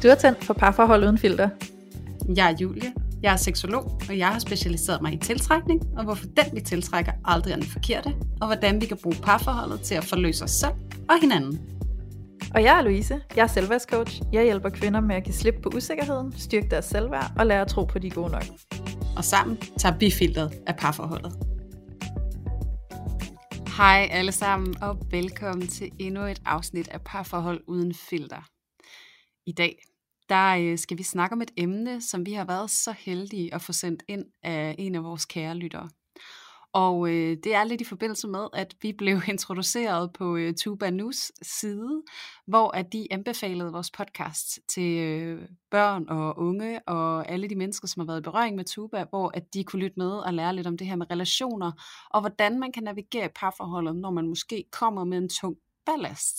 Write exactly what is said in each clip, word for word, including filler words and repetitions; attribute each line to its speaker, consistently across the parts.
Speaker 1: Du er tændt for parforhold uden filter.
Speaker 2: Jeg er Julie, jeg er seksolog, og jeg har specialiseret mig i tiltrækning, og hvorfor den vi tiltrækker aldrig er den forkerte, og hvordan vi kan bruge parforholdet til at forløse os selv og hinanden.
Speaker 1: Og jeg er Louise, jeg er selvværdscoach. Jeg hjælper kvinder med at give slip på usikkerheden, styrke deres selvværd og lære at tro på, de er gode nok.
Speaker 2: Og sammen tager vi filteret af parforholdet. Hej alle sammen, og velkommen til endnu et afsnit af Parforhold uden filter. I dag der skal vi snakke om et emne, som vi har været så heldige at få sendt ind af en af vores kære lyttere. Og øh, det er lidt i forbindelse med, at vi blev introduceret på øh, Tuba News side, hvor at de anbefalede vores podcast til øh, børn og unge og alle de mennesker, som har været i berøring med Tuba, hvor at de kunne lytte med og lære lidt om det her med relationer, og hvordan man kan navigere i parforholdet, når man måske kommer med en tung ballast.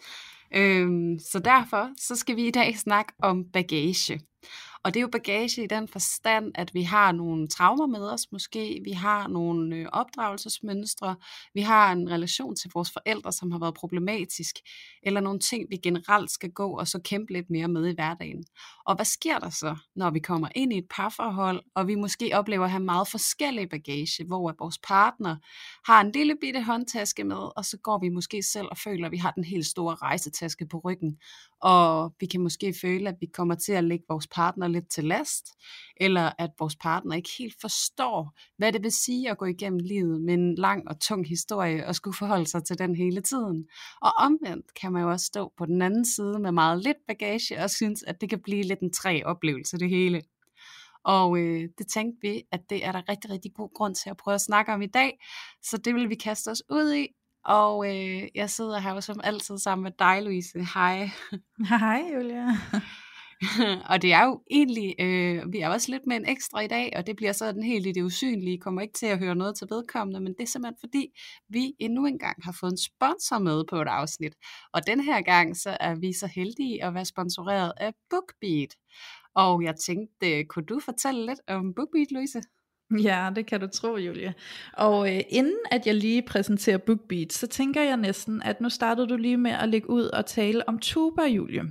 Speaker 2: Øhm, så derfor så skal vi i dag snakke om bagage. Og det er jo bagage i den forstand, at vi har nogle traumer med os måske, vi har nogle øh, opdragelsesmønstre, vi har en relation til vores forældre, som har været problematisk, eller nogle ting, vi generelt skal gå og så kæmpe lidt mere med i hverdagen. Og hvad sker der så, når vi kommer ind i et parforhold, og vi måske oplever at have meget forskellige bagage, hvor vores partner har en lille bitte håndtaske med, og så går vi måske selv og føler, at vi har den helt store rejsetaske på ryggen, og vi kan måske føle, at vi kommer til at lægge vores partner lidt til last, eller at vores partner ikke helt forstår, hvad det vil sige at gå igennem livet med en lang og tung historie, og skulle forholde sig til den hele tiden. Og omvendt kan man jo også stå på den anden side med meget lidt bagage, og synes, at det kan blive lidt en træ oplevelse det hele. Og øh, det tænkte vi, at det er der rigtig, rigtig god grund til at prøve at snakke om i dag, så det vil vi kaste os ud i. Og øh, jeg sidder her jo som altid sammen med dig, Louise. Hej.
Speaker 1: Hej, Julia.
Speaker 2: Og det er jo egentlig, øh, vi er også lidt med en ekstra i dag, og det bliver sådan helt i det usynlige, kommer ikke til at høre noget til vedkommende, men det er simpelthen fordi, vi endnu engang har fået en sponsor med på et afsnit. Og den her gang, så er vi så heldige at være sponsoreret af BookBeat. Og jeg tænkte, kunne du fortælle lidt om BookBeat, Louise?
Speaker 1: Ja, det kan du tro, Julie. Og øh, inden at jeg lige præsenterer BookBeat, så tænker jeg næsten, at nu startede du lige med at lægge ud og tale om Tuba, Julie.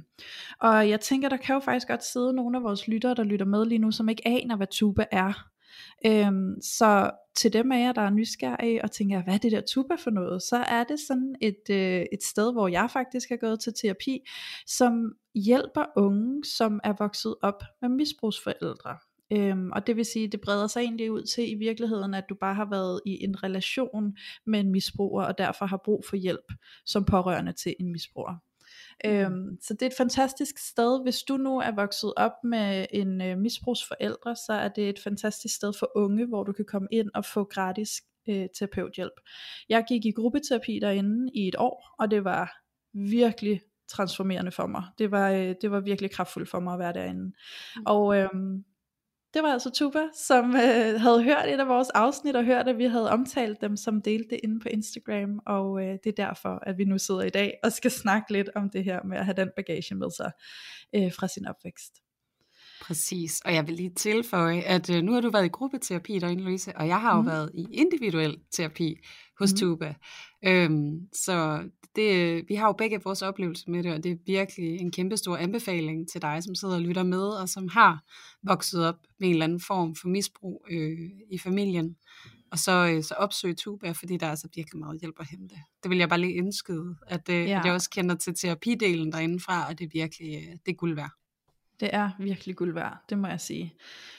Speaker 1: Og jeg tænker, der kan jo faktisk godt sidde nogle af vores lyttere, der lytter med lige nu, som ikke aner, hvad Tuba er. Øhm, så til dem af jer, der er nysgerrige og tænker, hvad er det der Tuba for noget? Så er det sådan et, øh, et sted, hvor jeg faktisk er gået til terapi, som hjælper unge, som er vokset op med misbrugsforældre. Øhm, og det vil sige, det breder sig egentlig ud til i virkeligheden, at du bare har været i en relation med en misbruger, og derfor har brug for hjælp som pårørende til en misbruger. Mm. Øhm, så det er et fantastisk sted. Hvis du nu er vokset op med en øh, misbrugsforældre, så er det et fantastisk sted for unge, hvor du kan komme ind og få gratis øh, terapeuthjælp. Jeg gik i gruppeterapi derinde i et år, og det var virkelig transformerende for mig. Det var, øh, det var virkelig kraftfuldt for mig at være derinde. Mm. Og øhm, det var altså Tuba, som øh, havde hørt et af vores afsnit, og hørt, at vi havde omtalt dem, som delte det inde på Instagram, og øh, det er derfor, at vi nu sidder i dag, og skal snakke lidt om det her med at have den bagage med sig øh, fra sin opvækst.
Speaker 2: Præcis, og jeg vil lige tilføje, at øh, nu har du været i gruppeterapi derinde, Louise, og jeg har jo mm. været i individuel terapi hos mm. Tuba. Øhm, så det, vi har jo begge vores oplevelse med det, og det er virkelig en kæmpe stor anbefaling til dig, som sidder og lytter med, og som har vokset op med en eller anden form for misbrug øh, i familien. Og så, øh, så opsøg Tuba, fordi der er altså virkelig meget hjælp at hente. Det vil jeg bare lige indskyde, at, øh, ja. at jeg også kender til terapidelen derindefra, og det er virkelig øh, det er guld værd.
Speaker 1: Det er virkelig guld værd, det må jeg sige.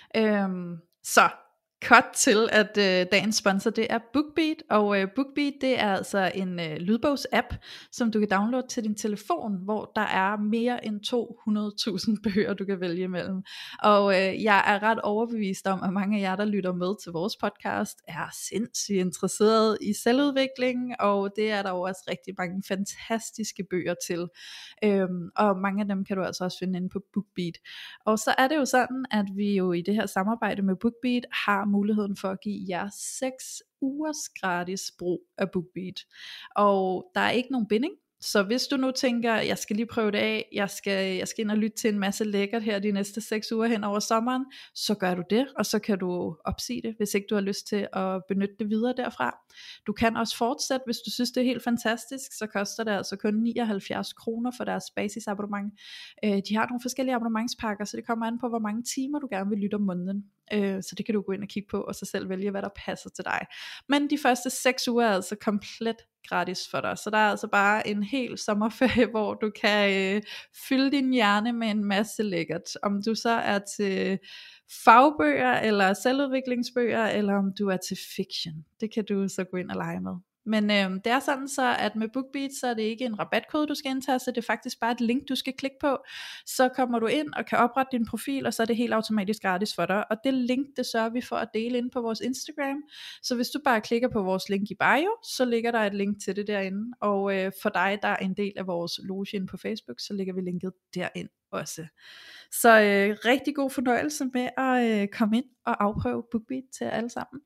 Speaker 1: Øhm, så cut til, at øh, dagens sponsor, det er BookBeat, og øh, BookBeat, det er altså en øh, lydbogsapp, som du kan downloade til din telefon, hvor der er mere end to hundrede tusind bøger, du kan vælge imellem. Og øh, jeg er ret overbevist om, at mange af jer, der lytter med til vores podcast, er sindssygt interesseret i selvudvikling, og det er der jo også rigtig mange fantastiske bøger til. Øhm, og mange af dem kan du altså også finde inde på BookBeat. Og så er det jo sådan, at vi jo i det her samarbejde med BookBeat har muligheden for at give jer seks ugers gratis brug af BookBeat. Og der er ikke nogen binding. Så hvis du nu tænker, jeg skal lige prøve det af, jeg skal, jeg skal ind og lytte til en masse lækkert her de næste seks uger hen over sommeren, så gør du det, og så kan du opsige det, hvis ikke du har lyst til at benytte det videre derfra. Du kan også fortsætte, hvis du synes det er helt fantastisk, så koster det altså kun nioghalvfjerds kroner for deres basisabonnement. Øh, de har nogle forskellige abonnementspakker, så det kommer an på, hvor mange timer du gerne vil lytte om måneden. Øh, så det kan du gå ind og kigge på, og så selv vælge, hvad der passer til dig. Men de første seks uger er altså komplet gratis for dig, så der er altså bare en hel sommerferie, hvor du kan øh, fylde din hjerne med en masse lækkert, om du så er til fagbøger, eller selvudviklingsbøger, eller om du er til fiction, det kan du så gå ind og lege med. Men øh, det er sådan så, at med BookBeat, så er det ikke en rabatkode, du skal indtaste, det er faktisk bare et link, du skal klikke på. Så kommer du ind og kan oprette din profil, og så er det helt automatisk gratis for dig. Og det link, det sørger vi for at dele ind på vores Instagram. Så hvis du bare klikker på vores link i bio, så ligger der et link til det derinde. Og øh, for dig, der er en del af vores loge inde på Facebook, så ligger vi linket derind også. Så øh, rigtig god fornøjelse med at øh, komme ind og afprøve BookBeat til alle sammen.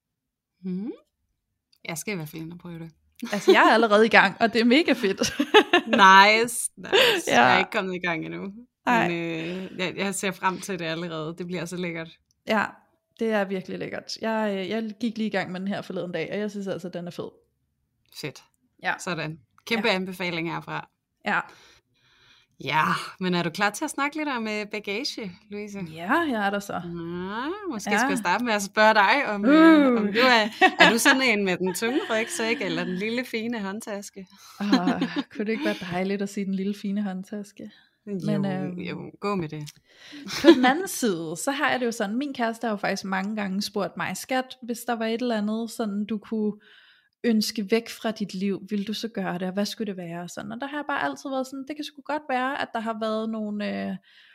Speaker 2: Mm. Jeg skal i hvert fald ind og prøve det.
Speaker 1: Altså jeg er allerede i gang, og det er mega fedt.
Speaker 2: Nice, nice.
Speaker 1: Ja.
Speaker 2: Jeg er ikke kommet i gang endnu.
Speaker 1: Nej.
Speaker 2: Men øh, jeg, jeg ser frem til det allerede. Det bliver så lækkert.
Speaker 1: Ja, det er virkelig lækkert. Jeg, jeg gik lige i gang med den her forleden dag, og jeg synes altså, at den er fed.
Speaker 2: Fedt.
Speaker 1: Ja.
Speaker 2: Sådan. Kæmpe
Speaker 1: Ja.
Speaker 2: anbefaling herfra.
Speaker 1: Ja.
Speaker 2: Ja, men er du klar til at snakke lidt om øh, bagage, Louise?
Speaker 1: Ja, jeg er der så.
Speaker 2: Ja, måske
Speaker 1: Ja.
Speaker 2: skal jeg starte med at spørge dig, om,
Speaker 1: Uh.
Speaker 2: øh, om du er, er du sådan en med den tunge rygsæk, eller den lille fine håndtaske?
Speaker 1: Oh, kunne det ikke være dejligt at sige den lille fine håndtaske?
Speaker 2: Men, jo,
Speaker 1: øhm,
Speaker 2: jo, gå med det.
Speaker 1: På den anden side, så har jeg det jo sådan, min kæreste har jo faktisk mange gange spurgt mig, skat, hvis der var et eller andet, sådan du kunne ønske væk fra dit liv, vil du så gøre det, og hvad skulle det være? Sådan. Og der har jeg bare altid været sådan, det kan sgu godt være, at der har været nogle, øh,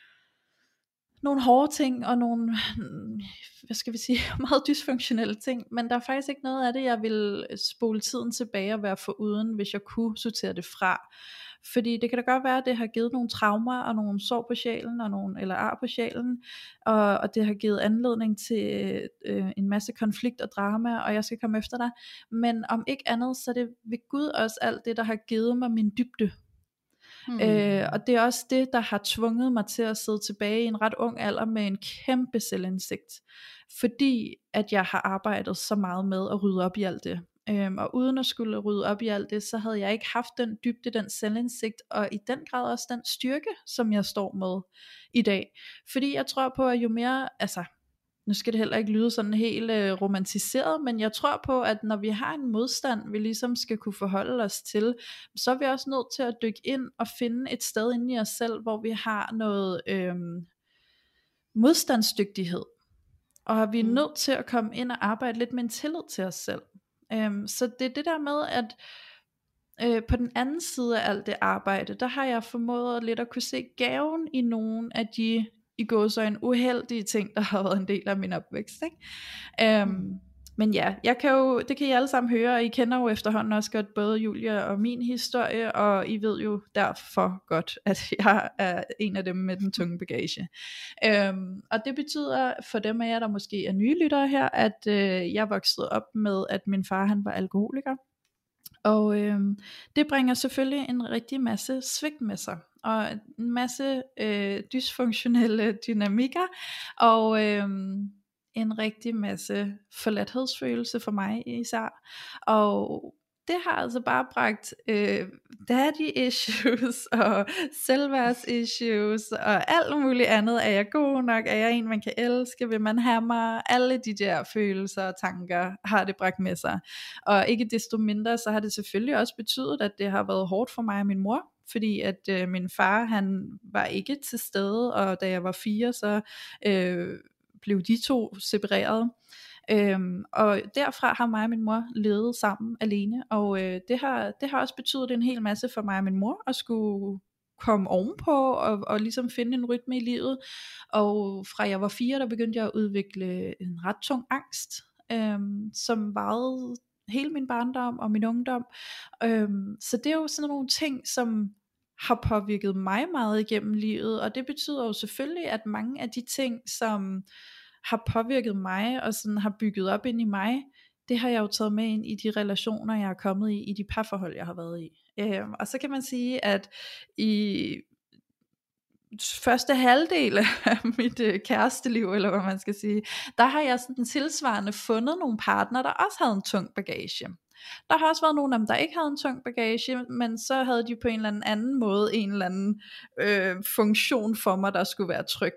Speaker 1: nogle hårde ting, og nogle, hvad skal vi sige, meget dysfunktionelle ting, men der er faktisk ikke noget af det, jeg vil spole tiden tilbage og være foruden, hvis jeg kunne sortere det fra. Fordi det kan da godt være, at det har givet nogle traumer og nogle sår på sjælen, og nogle, eller ar på sjælen, og, og det har givet anledning til øh, en masse konflikt og drama, og jeg skal komme efter dig. Men om ikke andet, så er det ved Gud også alt det, der har givet mig min dybde. Hmm. Øh, og det er også det, der har tvunget mig til at sidde tilbage i en ret ung alder med en kæmpe selvindsigt. Fordi at jeg har arbejdet så meget med at rydde op i alt det. Øhm, og uden at skulle rydde op i alt det, så havde jeg ikke haft den dybde, den selvindsigt, og i den grad også den styrke, som jeg står med i dag. Fordi jeg tror på, at jo mere, altså nu skal det heller ikke lyde sådan helt øh, romantiseret, men jeg tror på, at når vi har en modstand, vi ligesom skal kunne forholde os til, så er vi også nødt til at dykke ind og finde et sted inde i os selv, hvor vi har noget øh, modstandsdygtighed. Og vi er nødt til at komme ind og arbejde lidt med en tillid til os selv. Um, så det er det der med, at øh, på den anden side af alt det arbejde, der har jeg formået lidt at kunne se gaven i nogle af de i gåseøjne uheldige ting, der har været en del af min opvækst, ikke? Um, mm. Men ja, jeg kan jo, det kan I alle sammen høre, og I kender jo efterhånden også godt både Julia og min historie, og I ved jo derfor godt, at jeg er en af dem med den tunge bagage. Um, og det betyder for dem af jer, der måske er nye lyttere her, at øh, jeg voksede op med, at min far han var alkoholiker. Og øh, det bringer selvfølgelig en rigtig masse svigt med sig, og en masse øh, dysfunktionelle dynamikker, og øh, en rigtig masse forladthedsfølelse for mig især. Og det har altså bare bragt øh, daddy issues og selvværds issues og alt muligt andet. Er jeg god nok? Er jeg en man kan elske? Vil man have mig? Alle de der følelser og tanker har det bragt med sig. Og ikke desto mindre så har det selvfølgelig også betydet, at det har været hårdt for mig og min mor. Fordi at øh, min far han var ikke til stede, og da jeg var fire så øh, blev de to separeret. Øhm, og derfra har mig og min mor levet sammen alene, og øh, det, har, det har også betydet en hel masse for mig og min mor at skulle komme ovenpå og, og ligesom finde en rytme i livet. Og fra jeg var fire, der begyndte jeg at udvikle en ret tung angst, øhm, som varede hele min barndom og min ungdom. Øhm, så det er jo sådan nogle ting, som har påvirket mig meget igennem livet, og det betyder jo selvfølgelig, at mange af de ting, som har påvirket mig og sådan har bygget op ind i mig, det har jeg jo taget med ind i de relationer jeg er kommet i, i de parforhold jeg har været i. Øhm, og så kan man sige, at i første halvdel af mit øh, kæresteliv, eller hvad man skal sige, der har jeg sådan tilsvarende fundet nogle partnere, der også havde en tung bagage. Der har også været nogle af dem, der ikke havde en tung bagage, men så havde de på en eller anden, anden måde en eller anden øh, funktion for mig, der skulle være tryg.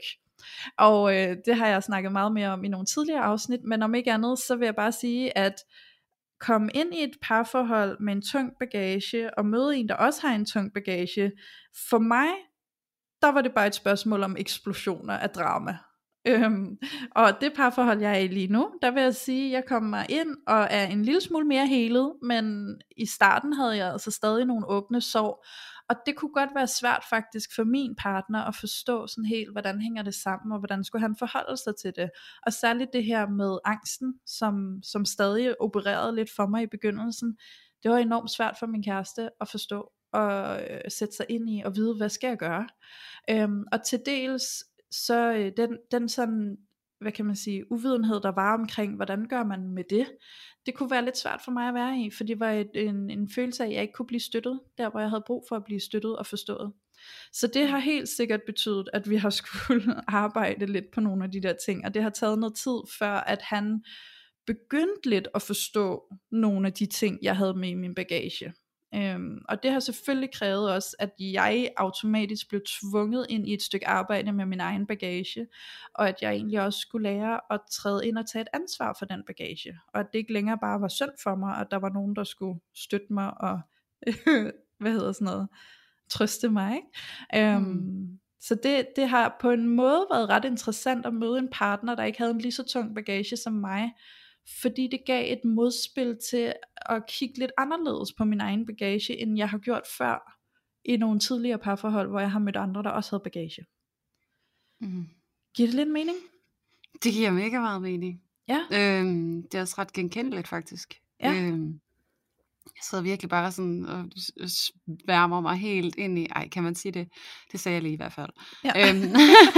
Speaker 1: Og øh, det har jeg snakket meget mere om i nogle tidligere afsnit, men om ikke andet, så vil jeg bare sige, at komme ind i et parforhold med en tung bagage, og møde en, der også har en tung bagage, for mig, der var det bare et spørgsmål om eksplosioner af drama. Øhm, og det parforhold, jeg er i lige nu, der vil jeg sige, at jeg kommer ind og er en lille smule mere helet, men i starten havde jeg altså stadig nogle åbne sår, og det kunne godt være svært faktisk for min partner at forstå sådan helt, hvordan hænger det sammen, og hvordan skulle han forholde sig til det. Og særligt det her med angsten, som, som stadig opererede lidt for mig i begyndelsen, det var enormt svært for min kæreste at forstå, og øh, sætte sig ind i, og vide, hvad skal jeg gøre. Øhm, og til dels, så øh, den, den sådan, hvad kan man sige, uvidenhed, der var omkring, hvordan gør man med det, det kunne være lidt svært for mig at være i, for det var et, en, en følelse af, at jeg ikke kunne blive støttet, der hvor jeg havde brug for at blive støttet og forstået. Så det har helt sikkert betydet, at vi har skulle arbejde lidt på nogle af de der ting, og det har taget noget tid, før at han begyndte lidt at forstå nogle af de ting, jeg havde med i min bagage. Øhm, og det har selvfølgelig krævet også, at jeg automatisk blev tvunget ind i et stykke arbejde med min egen bagage, og at jeg egentlig også skulle lære at træde ind og tage et ansvar for den bagage, og at det ikke længere bare var synd for mig, at der var nogen, der skulle støtte mig og hvad hedder sådan noget, trøste mig, ikke? Øhm, mm. Så det, det har på en måde været ret interessant at møde en partner, der ikke havde en lige så tung bagage som mig, fordi det gav et modspil til at kigge lidt anderledes på min egen bagage, end jeg har gjort før i nogle tidligere parforhold, hvor jeg har mødt andre, der også havde bagage. Mm. Giver det lidt mening?
Speaker 2: Det giver mega meget mening.
Speaker 1: Ja.
Speaker 2: Øhm, det er også ret genkendeligt faktisk.
Speaker 1: Ja.
Speaker 2: Øhm, jeg sidder virkelig bare sådan og sværmer mig helt ind i, ej, kan man sige det? Det sagde jeg lige i hvert fald. Ja. Øhm,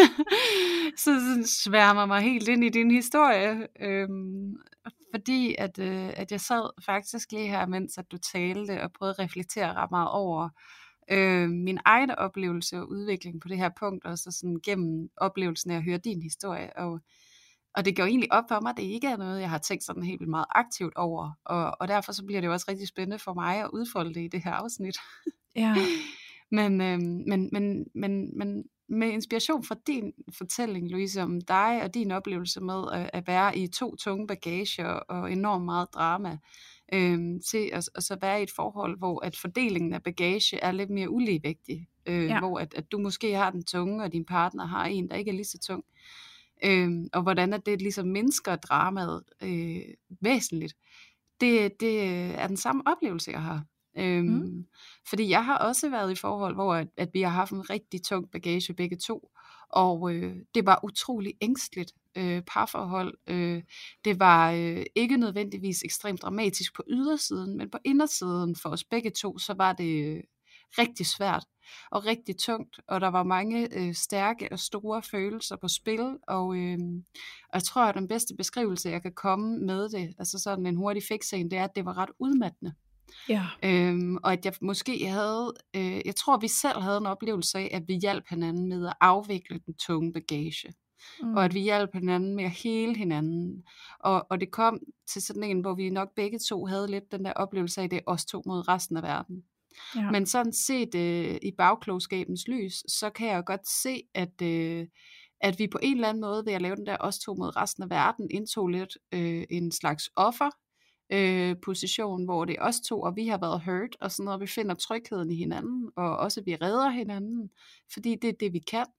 Speaker 2: så sådan sværmer mig helt ind i din historie. Øhm, fordi at, øh, at jeg sad faktisk lige her, mens at du talte, og prøvede at reflektere ret meget over øh, min egen oplevelse og udvikling på det her punkt, og så sådan gennem oplevelsen af at høre din historie. Og, og det går egentlig op for mig, at det ikke er noget, jeg har tænkt sådan helt vildt meget aktivt over, og, og derfor så bliver det jo også rigtig spændende for mig at udfolde det i det her afsnit.
Speaker 1: Ja.
Speaker 2: men, øh, men, men, men, men med inspiration fra din fortælling, Louise, om dig og din oplevelse med at, at være i to tunge bagager og enormt meget drama, øh, til at, at så være i et forhold, hvor at fordelingen af bagage er lidt mere uligevægtig, øh, ja. Hvor at, at du måske har den tunge, og din partner har en, der ikke er lige så tung, øh, og hvordan at det ligesom mindsker dramaet øh, væsentligt. Det, det er den samme oplevelse, jeg har. Øhm, mm. Fordi jeg har også været i forhold, hvor at, at vi har haft en rigtig tung bagage begge to, og øh, det var utrolig ængstligt øh, parforhold. Øh, det var øh, ikke nødvendigvis ekstremt dramatisk på ydersiden, men på indersiden for os begge to, så var det øh, rigtig svært og rigtig tungt, og der var mange øh, stærke og store følelser på spil, og, øh, og jeg tror, at den bedste beskrivelse, jeg kan komme med det, altså sådan en hurtig fix en, det er, at det var ret udmattende.
Speaker 1: Ja.
Speaker 2: Øhm, og at jeg måske havde, øh, jeg tror vi selv havde en oplevelse af, at vi hjalp hinanden med at afvikle den tunge bagage, mm. og at vi hjalp hinanden med at hele hinanden, og, og det kom til sådan en, hvor vi nok begge to havde lidt den der oplevelse af, at det er os to mod resten af verden. Ja. Men sådan set øh, i bagklogskabens lys, så kan jeg godt se, at øh, at vi på en eller anden måde ved at lave den der os to mod resten af verden indtog lidt øh, en slags offer Øh, position, hvor det er os to, og vi har været hurt, og sådan noget, vi finder trygheden i hinanden, og også vi redder hinanden, fordi det er det, vi kan.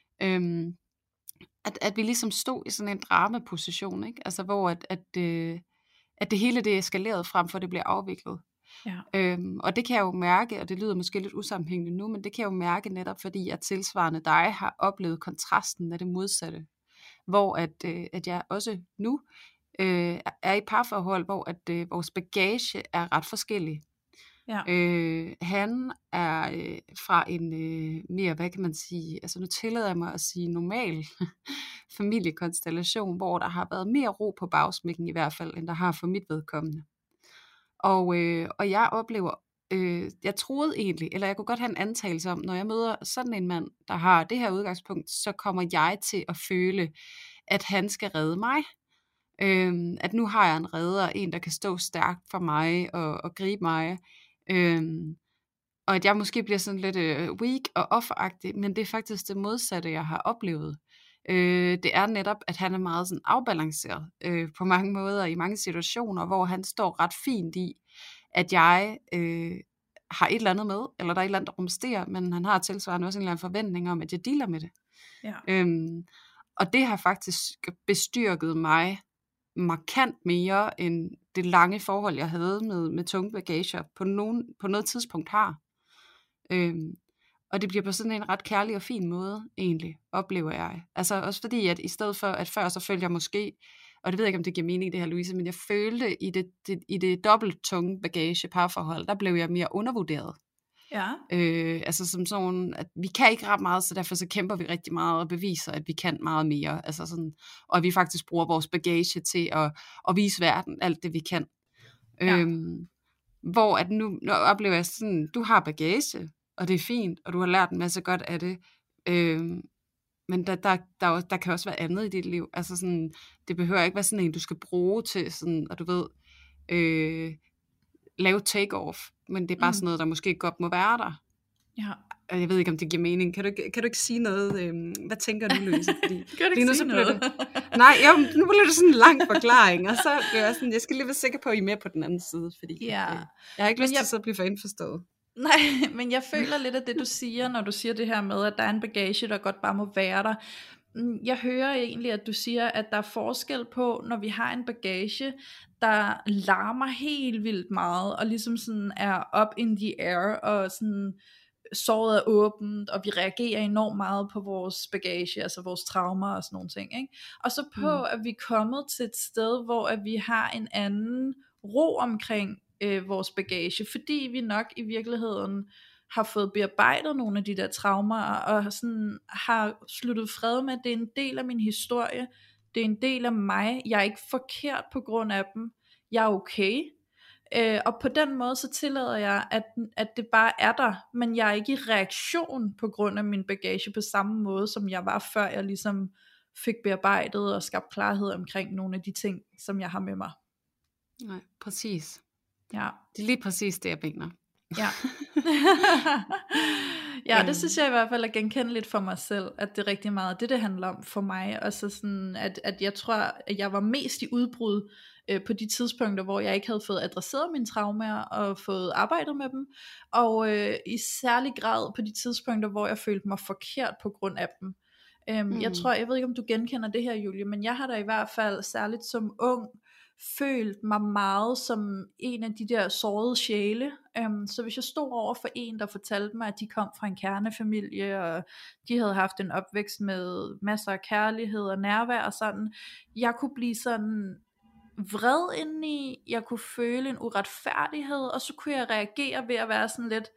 Speaker 2: Øhm, at, at vi ligesom stod i sådan en dramaposition, ikke? Altså, hvor at, at, øh, at det hele det eskalerede frem for det bliver afviklet. Ja. Øhm, og det kan jeg jo mærke, og det lyder måske lidt usammenhængende nu, men det kan jeg jo mærke netop, fordi jeg tilsvarende dig har oplevet kontrasten af det modsatte, hvor at, øh, at jeg også nu Øh, er i parforhold, hvor at øh, vores bagage er ret forskellig. Ja. Øh, han er øh, fra en øh, mere, hvad kan man sige, altså nu tillader jeg mig at sige normal familiekonstellation, hvor der har været mere ro på bagsmækken i hvert fald, end der har for mit vedkommende. Og, øh, og jeg oplever øh, jeg troede egentlig, eller jeg kunne godt have en antagelse om, når jeg møder sådan en mand, der har det her udgangspunkt, så kommer jeg til at føle, at han skal redde mig. Øhm, at nu har jeg en redder, en der kan stå stærkt for mig og, og gribe mig. Øhm, og at jeg måske bliver sådan lidt øh, weak og offeragtig, men det er faktisk det modsatte, jeg har oplevet. Øh, det er netop, at han er meget sådan afbalanceret øh, på mange måder, i mange situationer, hvor han står ret fint i, at jeg øh, har et eller andet med, eller der er et eller andet, der rumsterer, men han har tilsvarende også en eller anden forventning om, at jeg dealer med det.
Speaker 1: Ja.
Speaker 2: Øhm, og det har faktisk bestyrket mig markant mere, end det lange forhold, jeg havde med, med tunge bagager, på, nogen, på noget tidspunkt har. Øhm, og det bliver på sådan en ret kærlig og fin måde, egentlig, oplever jeg. Altså også fordi, at i stedet for, at før så følte jeg måske, og det ved jeg ikke, om det giver mening det her, Louise, men jeg følte i det, det, i det dobbelt tunge bagage parforhold, der blev jeg mere undervurderet.
Speaker 1: Ja.
Speaker 2: Øh, altså som sådan, at vi kan ikke ret meget, så derfor så kæmper vi rigtig meget og beviser, at vi kan meget mere. Altså sådan, og at vi faktisk bruger vores bagage til at, at vise verden alt det, vi kan. Ja. Øhm, hvor at nu, nu oplever jeg sådan, du har bagage, og det er fint, og du har lært en masse godt af det. Øhm, men der, der, der, der kan også være andet i dit liv. Altså sådan, det behøver ikke være sådan en, du skal bruge til sådan, og du ved, øh, lave take-off, men det er bare mm. sådan noget, der måske godt må være der.
Speaker 1: Ja.
Speaker 2: Og jeg ved ikke, om det giver mening. Kan du, kan du ikke sige noget? Øhm, hvad tænker du, Louise? Fordi
Speaker 1: kan du ikke sige
Speaker 2: så
Speaker 1: noget?
Speaker 2: Det, nej, jo, nu bliver det sådan en lang forklaring, og så bliver jeg sådan, jeg skal lige være sikker på, at I er med på den anden side, fordi
Speaker 1: ja.
Speaker 2: øh, jeg har ikke lyst
Speaker 1: jeg...
Speaker 2: til så at blive for indforstået.
Speaker 1: Nej, men jeg føler lidt af det, du siger, når du siger det her med, at der er en bagage, der godt bare må være der. Jeg hører egentlig, at du siger, at der er forskel på, når vi har en bagage, der larmer helt vildt meget, og ligesom sådan er up in the air, og sådan såret er åbent, og vi reagerer enormt meget på vores bagage, altså vores traumer og sådan nogle ting, ikke? Og så på, mm. at vi er kommet til et sted, hvor at vi har en anden ro omkring øh, vores bagage, fordi vi nok i virkeligheden har fået bearbejdet nogle af de der traumer, og sådan har sluttet fred med, at det er en del af min historie, det er en del af mig, jeg er ikke forkert på grund af dem, jeg er okay, øh, og på den måde så tillader jeg, at, at det bare er der, men jeg er ikke i reaktion på grund af min bagage på samme måde, som jeg var før jeg ligesom fik bearbejdet og skabt klarhed omkring nogle af de ting, som jeg har med mig.
Speaker 2: Nej, præcis.
Speaker 1: Ja.
Speaker 2: Det er lige præcis det, jeg mener.
Speaker 1: Ja. Ja, det synes jeg i hvert fald er genkendeligt for mig selv, at det er rigtig meget det, det handler om for mig, og så sådan, at, at jeg tror, at jeg var mest i udbrud øh, på de tidspunkter, hvor jeg ikke havde fået adresseret mine traumer og fået arbejdet med dem, og øh, i særlig grad på de tidspunkter, hvor jeg følte mig forkert på grund af dem. Øhm, mm. Jeg tror, jeg ved ikke, om du genkender det her, Julie, men jeg har da i hvert fald særligt som ung følt mig meget som en af de der sårede sjæle. Um, så hvis jeg stod over for en, der fortalte mig, at de kom fra en kernefamilie, og de havde haft en opvækst med masser af kærlighed og nærvær og sådan, jeg kunne blive sådan vred indeni, jeg kunne føle en uretfærdighed, og så kunne jeg reagere ved at være sådan lidt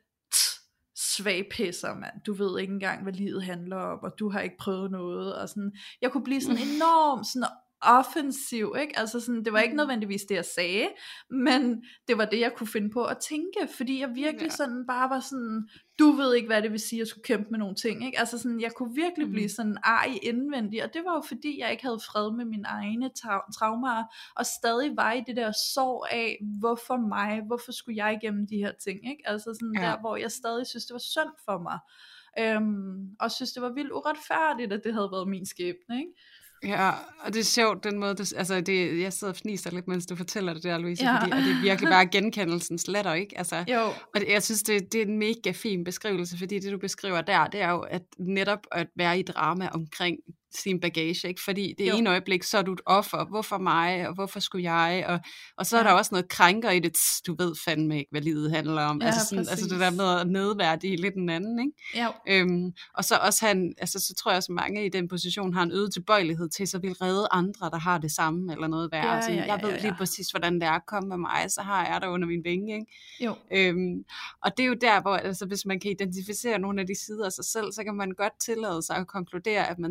Speaker 1: svag pisser, mand. Du ved ikke engang, hvad livet handler om, og du har ikke prøvet noget, og sådan, jeg kunne blive sådan enormt sådan offensiv, ikke? Altså sådan, det var ikke nødvendigvis det jeg sagde, men det var det jeg kunne finde på at tænke, fordi jeg virkelig ja. sådan bare var sådan, du ved ikke hvad det vil sige at skulle kæmpe med nogle ting, ikke? Altså sådan, jeg kunne virkelig mm. blive sådan arg indvendig, og det var jo fordi jeg ikke havde fred med mine egne tra- traumer, og stadig var i det der sorg af, hvorfor mig, hvorfor skulle jeg igennem de her ting, ikke? Altså sådan ja. der, hvor jeg stadig synes det var synd for mig, øhm, og synes det var vildt uretfærdigt, at det havde været min skæbne, ikke?
Speaker 2: Ja, og det er sjovt, den måde, du, altså det, jeg sidder og fniser lidt, mens du fortæller det der, Louise, ja. fordi, og det er virkelig bare genkendelsens letter, ikke? Altså, jo. Og det, jeg synes, det, det er en mega fin beskrivelse, fordi det, du beskriver der, det er jo at netop at være i drama omkring sin bagage, ikke? Fordi det ene øjeblik, så er du et offer, hvorfor mig, og hvorfor skulle jeg, og, og så er ja. der også noget krænker i det, du ved fandme ikke, hvad livet handler om, ja, altså, sådan, altså det der med at nedværdige lidt den anden, ikke?
Speaker 1: Ja.
Speaker 2: Øhm, og så også han, altså så tror jeg også mange i den position har en øget tilbøjelighed til, så vil redde andre, der har det samme, eller noget værre, ja, ja, ja, jeg ved ja, ja. lige præcis, hvordan det er at komme med mig, så har jeg der under min vinge, ikke?
Speaker 1: Jo.
Speaker 2: Øhm, og det er jo der, hvor altså, hvis man kan identificere nogle af de sider af sig selv, så kan man godt tillade sig at konkludere, at man stadig er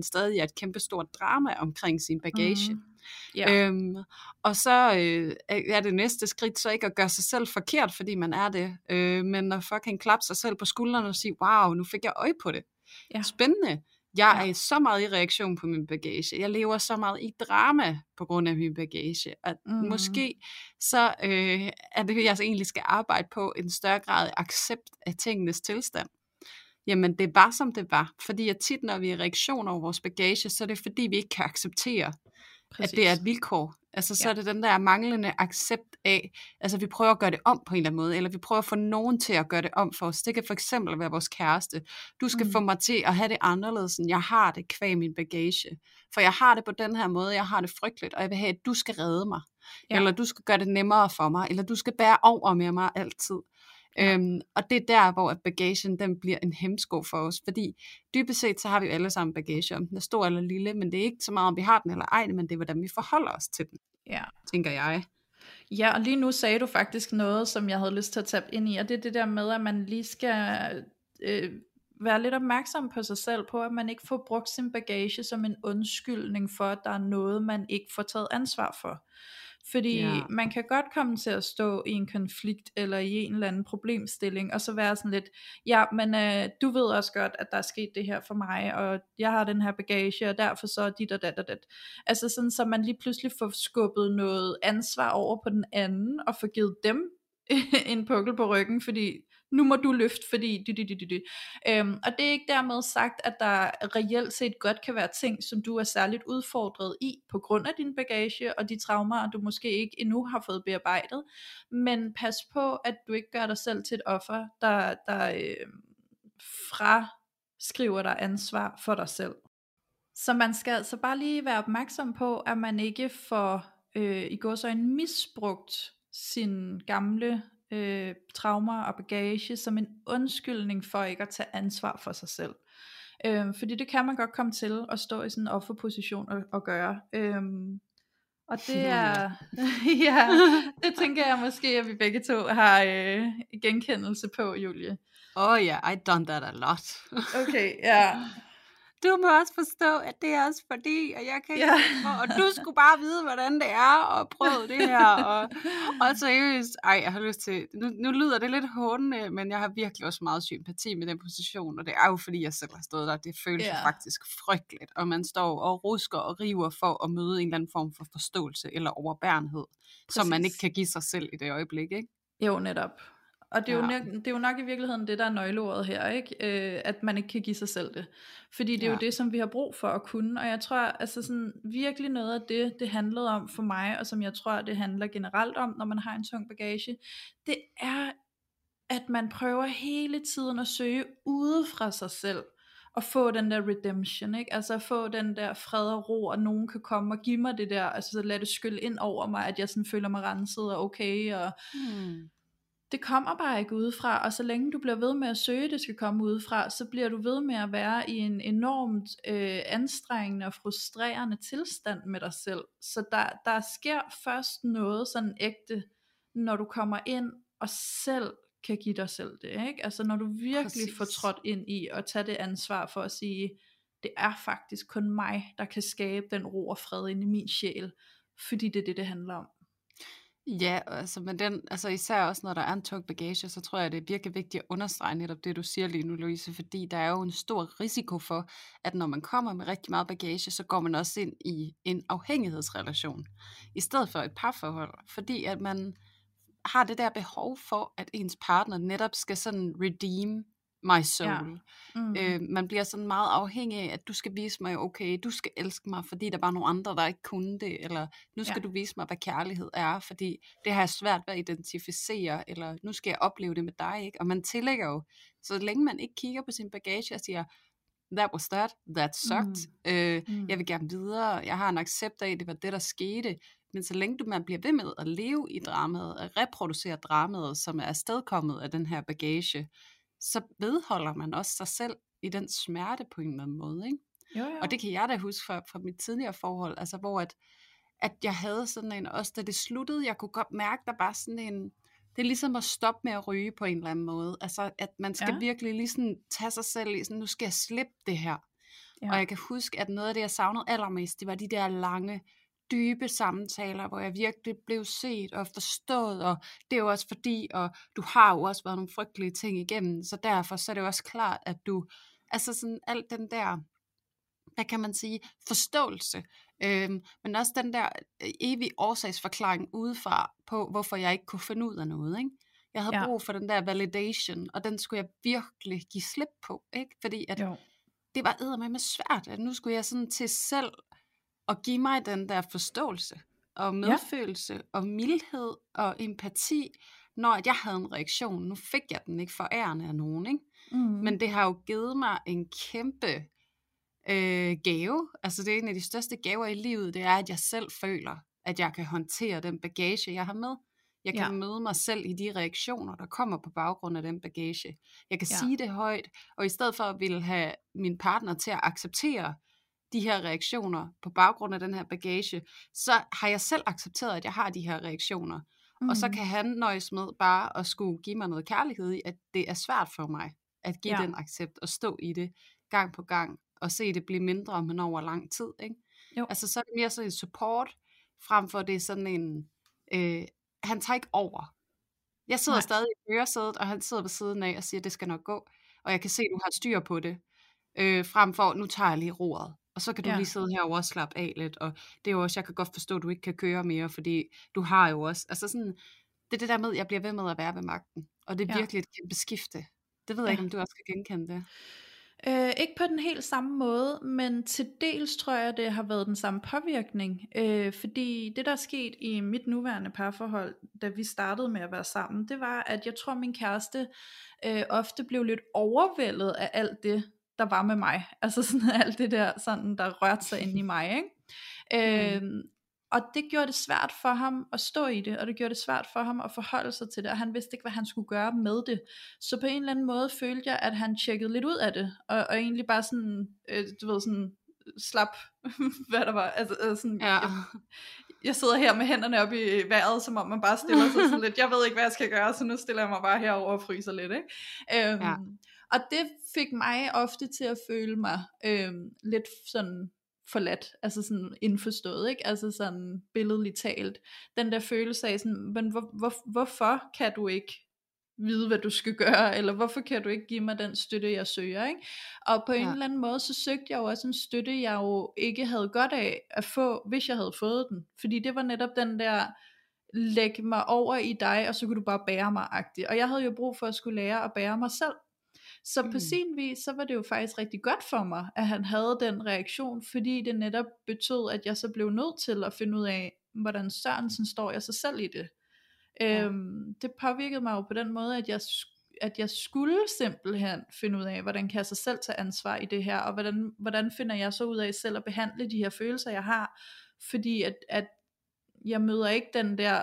Speaker 2: et kæmpestort drama omkring sin bagage.
Speaker 1: Mm. Yeah.
Speaker 2: Øhm, og så øh, er det næste skridt så ikke at gøre sig selv forkert, fordi man er det, øh, men at fucking klappe sig selv på skuldrene og sige, wow, nu fik jeg øje på det.
Speaker 1: Ja.
Speaker 2: Spændende. Jeg
Speaker 1: Ja.
Speaker 2: er så meget i reaktion på min bagage. Jeg lever så meget i drama på grund af min bagage. At
Speaker 1: Mm.
Speaker 2: måske så øh, er det, jeg egentlig skal arbejde på, en større grad af accept af tingenes tilstand. Jamen, det var som det var. Fordi at tit, når vi er i reaktion over vores bagage, så er det fordi, vi ikke kan acceptere, Præcis. at det er et vilkår. Altså, så ja. er det den der manglende accept af, altså vi prøver at gøre det om på en eller anden måde, eller vi prøver at få nogen til at gøre det om for os. Det kan for eksempel være vores kæreste. Du skal mm. få mig til at have det anderledes, end jeg har det kvæg min bagage. For jeg har det på den her måde, jeg har det frygteligt, og jeg vil have, at du skal redde mig. Ja. Eller du skal gøre det nemmere for mig, eller du skal bære over med mig altid. Ja. Øhm, og det er der, hvor bagagen den bliver en hemsko for os, fordi dybest set så har vi jo alle sammen bagage, om den er stor eller lille, men det er ikke så meget, om vi har den eller ej, men det er, hvordan vi forholder os til den,
Speaker 1: ja.
Speaker 2: tænker jeg.
Speaker 1: Ja, og lige nu sagde du faktisk noget, som jeg havde lyst til at tabe ind i, og det er det der med, at man lige skal øh, være lidt opmærksom på sig selv, på at man ikke får brugt sin bagage som en undskyldning for, at der er noget, man ikke får taget ansvar for. Fordi ja. man kan godt komme til at stå i en konflikt eller i en eller anden problemstilling, og så være sådan lidt, ja, men øh, du ved også godt, at der er sket det her for mig, og jeg har den her bagage, og derfor så dit og dat og dat. Altså sådan, så man lige pludselig får skubbet noget ansvar over på den anden, og får givet dem en pukkel på ryggen, fordi nu må du løfte, fordi dy, dy, dy, dy, dy. Øhm, og det er ikke dermed sagt, at der reelt set godt kan være ting, som du er særligt udfordret i, på grund af din bagage, og de traumer, du måske ikke endnu har fået bearbejdet, men pas på, at du ikke gør dig selv til et offer, der, der øh, fraskriver dig ansvar for dig selv. Så man skal altså bare lige være opmærksom på, at man ikke får øh, i gåseøjne misbrugt sin gamle øh, traumer og bagage som en undskyldning for ikke at tage ansvar for sig selv. Øh, fordi det kan man godt komme til at stå i sådan en offerposition og, og gøre. Øh, og det er, ja, det tænker jeg måske, at vi begge to har øh, genkendelse på, Julie.
Speaker 2: Oh ja, yeah, I've done that a lot.
Speaker 1: Okay, ja.
Speaker 2: Du må også forstå, at det er også fordi, at jeg kan
Speaker 1: ja.
Speaker 2: ikke, og du skulle bare vide, hvordan det er, og prøve det her, og, og seriøst, ej, jeg har lyst til, nu, nu lyder det lidt håndende, men jeg har virkelig også meget sympati med den position, og det er jo fordi, jeg selv har stået der, det føles yeah. faktisk frygteligt, og man står og rusker og river for at møde en eller anden form for forståelse eller overbærenhed, Præcis. som man ikke kan give sig selv i det øjeblik, ikke?
Speaker 1: Jo, netop. Og det er, ja. jo nok, det er jo nok i virkeligheden det, der er nøgleordet her, ikke? Øh, at man ikke kan give sig selv det. Fordi det er ja. jo det, som vi har brug for at kunne. Og jeg tror, altså sådan, virkelig noget af det, det handlede om for mig, og som jeg tror, det handler generelt om, når man har en tung bagage, det er, at man prøver hele tiden at søge ude fra sig selv, og få den der redemption, ikke? Altså at få den der fred og ro, og nogen kan komme og give mig det der, altså så lad det skylle ind over mig, at jeg sådan føler mig renset og okay, og... Hmm. Det kommer bare ikke udefra, og så længe du bliver ved med at søge, det skal komme udefra, så bliver du ved med at være i en enormt øh, anstrengende og frustrerende tilstand med dig selv. Så der, der sker først noget sådan ægte, når du kommer ind og selv kan give dig selv det, ikke? Altså når du virkelig Præcis. får trådt ind i og tage det ansvar for at sige, det er faktisk kun mig, der kan skabe den ro og fred inde i min sjæl, fordi det er det, det handler om.
Speaker 2: Ja, altså, men den, altså især også når der er en tung bagage, så tror jeg, det er virkelig vigtigt at understrege netop det, du siger lige nu, Louise, fordi der er jo en stor risiko for, at når man kommer med rigtig meget bagage, så går man også ind i en afhængighedsrelation, i stedet for et parforhold, fordi at man har det der behov for, at ens partner netop skal sådan redeem my soul. Ja. Mm. Øh, man bliver sådan meget afhængig af, at du skal vise mig, okay, du skal elske mig, fordi der var nogle andre, der ikke kunne det, eller nu skal ja. du vise mig, hvad kærlighed er, fordi det har jeg svært ved at identificere, eller nu skal jeg opleve det med dig, ikke? Og man tillægger jo, så længe man ikke kigger på sin bagage og siger, that was that, that sucked, mm. Øh, mm. jeg vil gerne videre, jeg har en accept af, det var det, der skete, men så længe du man bliver ved med at leve i dramaet, at reproducere dramaet, som er afstedkommet af den her bagage, så vedholder man også sig selv i den smerte på en eller anden måde, ikke?
Speaker 1: Jo, jo.
Speaker 2: Og det kan jeg da huske fra, fra mit tidligere forhold, altså hvor at, at jeg havde sådan en, også da det sluttede, jeg kunne godt mærke, der var sådan en, det er ligesom at stoppe med at ryge på en eller anden måde, altså at man skal ja. virkelig ligesom tage sig selv i sådan, nu skal jeg slippe det her, Ja. Og jeg kan huske, at noget af det, jeg savnede allermest, det var de der lange, dybe samtaler, hvor jeg virkelig blev set og forstået, og det er jo også fordi, og du har jo også været nogle frygtelige ting igennem, så derfor så er det jo også klart, at du, altså sådan alt den der, hvad kan man sige, forståelse, øhm, men også den der evige årsagsforklaring udefra på, hvorfor jeg ikke kunne finde ud af noget, ikke? Jeg havde ja. brug for den der validation, og den skulle jeg virkelig give slip på, ikke? Fordi at jo. det var eddermame svært, at nu skulle jeg sådan til selv at give mig den der forståelse, og medfølelse, ja. og mildhed, og empati, når at jeg havde en reaktion. Nu fik jeg den ikke forærende af nogen, ikke? Mm. Men det har jo givet mig en kæmpe øh, gave. Altså det er en af de største gaver i livet, det er, at jeg selv føler, at jeg kan håndtere den bagage, jeg har med. Jeg kan ja. møde mig selv i de reaktioner, der kommer på baggrund af den bagage. Jeg kan ja. sige det højt, og i stedet for at ville have min partner til at acceptere de her reaktioner på baggrund af den her bagage, så har jeg selv accepteret, at jeg har de her reaktioner. Mm. Og så kan han nøjes med bare at skulle give mig noget kærlighed i, at det er svært for mig at give ja. den accept og stå i det gang på gang og se det blive mindre, men over lang tid. Ikke? Jo. Altså så er det mere sådan en support, frem for det er sådan en, øh, han tager ikke over. Jeg sidder Nej. stadig i høresædet, og han sidder ved siden af og siger, det skal nok gå. Og jeg kan se, at du har styr på det. Øh, frem for, nu tager jeg lige roret. Og så kan du ja. lige sidde herovre og slappe af lidt. Og det er jo også, jeg kan godt forstå, at du ikke kan køre mere, fordi du har jo også, altså sådan, det er det der med, at jeg bliver ved med at være ved magten. Og det er ja. virkelig et kæmpe skifte. Det ved jeg ja. ikke, om du også kan genkende det.
Speaker 1: Øh, ikke på den helt samme måde, men til dels tror jeg, det har været den samme påvirkning. Øh, fordi det, der er sket i mit nuværende parforhold, da vi startede med at være sammen, det var, at jeg tror, min kæreste øh, ofte blev lidt overvældet af alt det, der var med mig. Altså sådan alt det der, sådan, der rørte sig ind i mig, ikke? Mm. Øh, og det gjorde det svært for ham at stå i det, og det gjorde det svært for ham at forholde sig til det, og han vidste ikke, hvad han skulle gøre med det. Så på en eller anden måde følte jeg, at han tjekkede lidt ud af det, og, og egentlig bare sådan, øh, du ved, sådan slap, hvad der var. Altså, altså sådan, ja. jeg, jeg sidder her med hænderne op i vejret, som om man bare stiller sig sådan lidt, jeg ved ikke, hvad jeg skal gøre, så nu stiller jeg mig bare herover og fryser lidt, ikke? Øhm, ja. Og det fik mig ofte til at føle mig øhm, lidt sådan forladt, altså sådan indforstået, ikke? Altså sådan billedligt talt. Den der følelse af sådan, men hvor, hvor, hvorfor kan du ikke vide, hvad du skal gøre, eller hvorfor kan du ikke give mig den støtte, jeg søger, ikke? Og på ja. en eller anden måde, så søgte jeg jo også en støtte, jeg jo ikke havde godt af at få, hvis jeg havde fået den. Fordi det var netop den der, læg mig over i dig, og så kunne du bare bære mig-agtigt. Og jeg havde jo brug for at skulle lære at bære mig selv. Så på mm. sin vis, så var det jo faktisk rigtig godt for mig, at han havde den reaktion, fordi det netop betød, at jeg så blev nødt til at finde ud af, hvordan Sørensen står jeg sig selv i det. Ja. Øhm, det påvirkede mig jo på den måde, at jeg, at jeg skulle simpelthen finde ud af, hvordan kan jeg så selv tage ansvar i det her, og hvordan, hvordan finder jeg så ud af selv at behandle de her følelser, jeg har, fordi at, at jeg møder ikke den der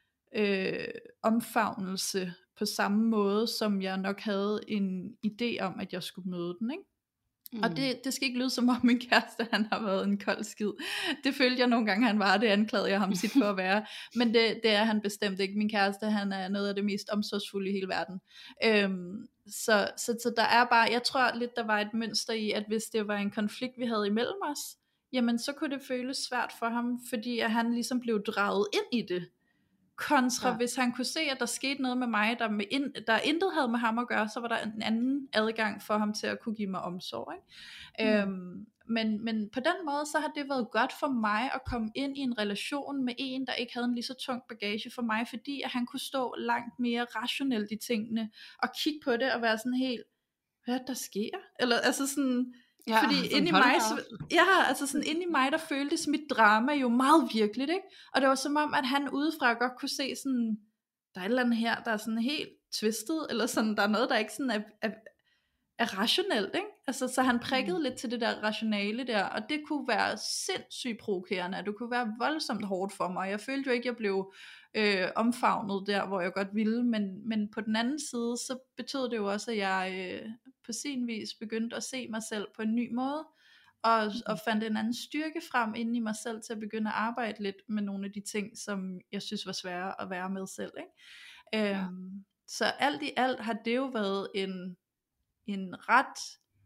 Speaker 1: øh, omfavnelse på samme måde, som jeg nok havde en idé om, at jeg skulle møde den, ikke? Mm. Og det, det skal ikke lyde som om min kæreste, han har været en kold skid. Det følte jeg nogle gange, han var, det anklagede jeg ham tit for at være. Men det, det er han bestemt ikke. Min kæreste, han er noget af det mest omsorgsfulde i hele verden. Øhm, så, så, så der er bare, jeg tror lidt, der var et mønster i, at hvis det var en konflikt, vi havde imellem os, jamen så kunne det føles svært for ham, fordi at han ligesom blev draget ind i det. Kontra ja. hvis han kunne se, at der skete noget med mig, der, med ind, der intet havde med ham at gøre, så var der en anden adgang for ham til at kunne give mig omsorg, ikke? Mm. Øhm, men, men på den måde, så har det været godt for mig at komme ind i en relation med en, der ikke havde en lige så tung bagage for mig, fordi at han kunne stå langt mere rationelt i tingene, og kigge på det og være sådan helt, hvad der sker? Eller altså sådan... Ja, fordi inde i mig, så, ja, altså sådan inde i mig, der føltes mit drama jo meget virkeligt, ikke? Og det var som om, at han udefra godt kunne se sådan, der er et eller andet her, der er sådan helt twistet, eller sådan, der er noget, der ikke sådan er, er, er rationelt, ikke? Altså, så han prikkede mm. lidt til det der rationale der, og det kunne være sindssygt provokerende, det kunne være voldsomt hårdt for mig. Jeg følte jo ikke, jeg blev øh, omfavnet der, hvor jeg godt ville, men, men på den anden side, så betød det jo også, at jeg øh, på sin vis begyndte at se mig selv på en ny måde, og, mm. og fandt en anden styrke frem inde i mig selv, til at begynde at arbejde lidt med nogle af de ting, som jeg synes var svære at være med selv, ikke? Ja. Øhm, så alt i alt har det jo været en, en ret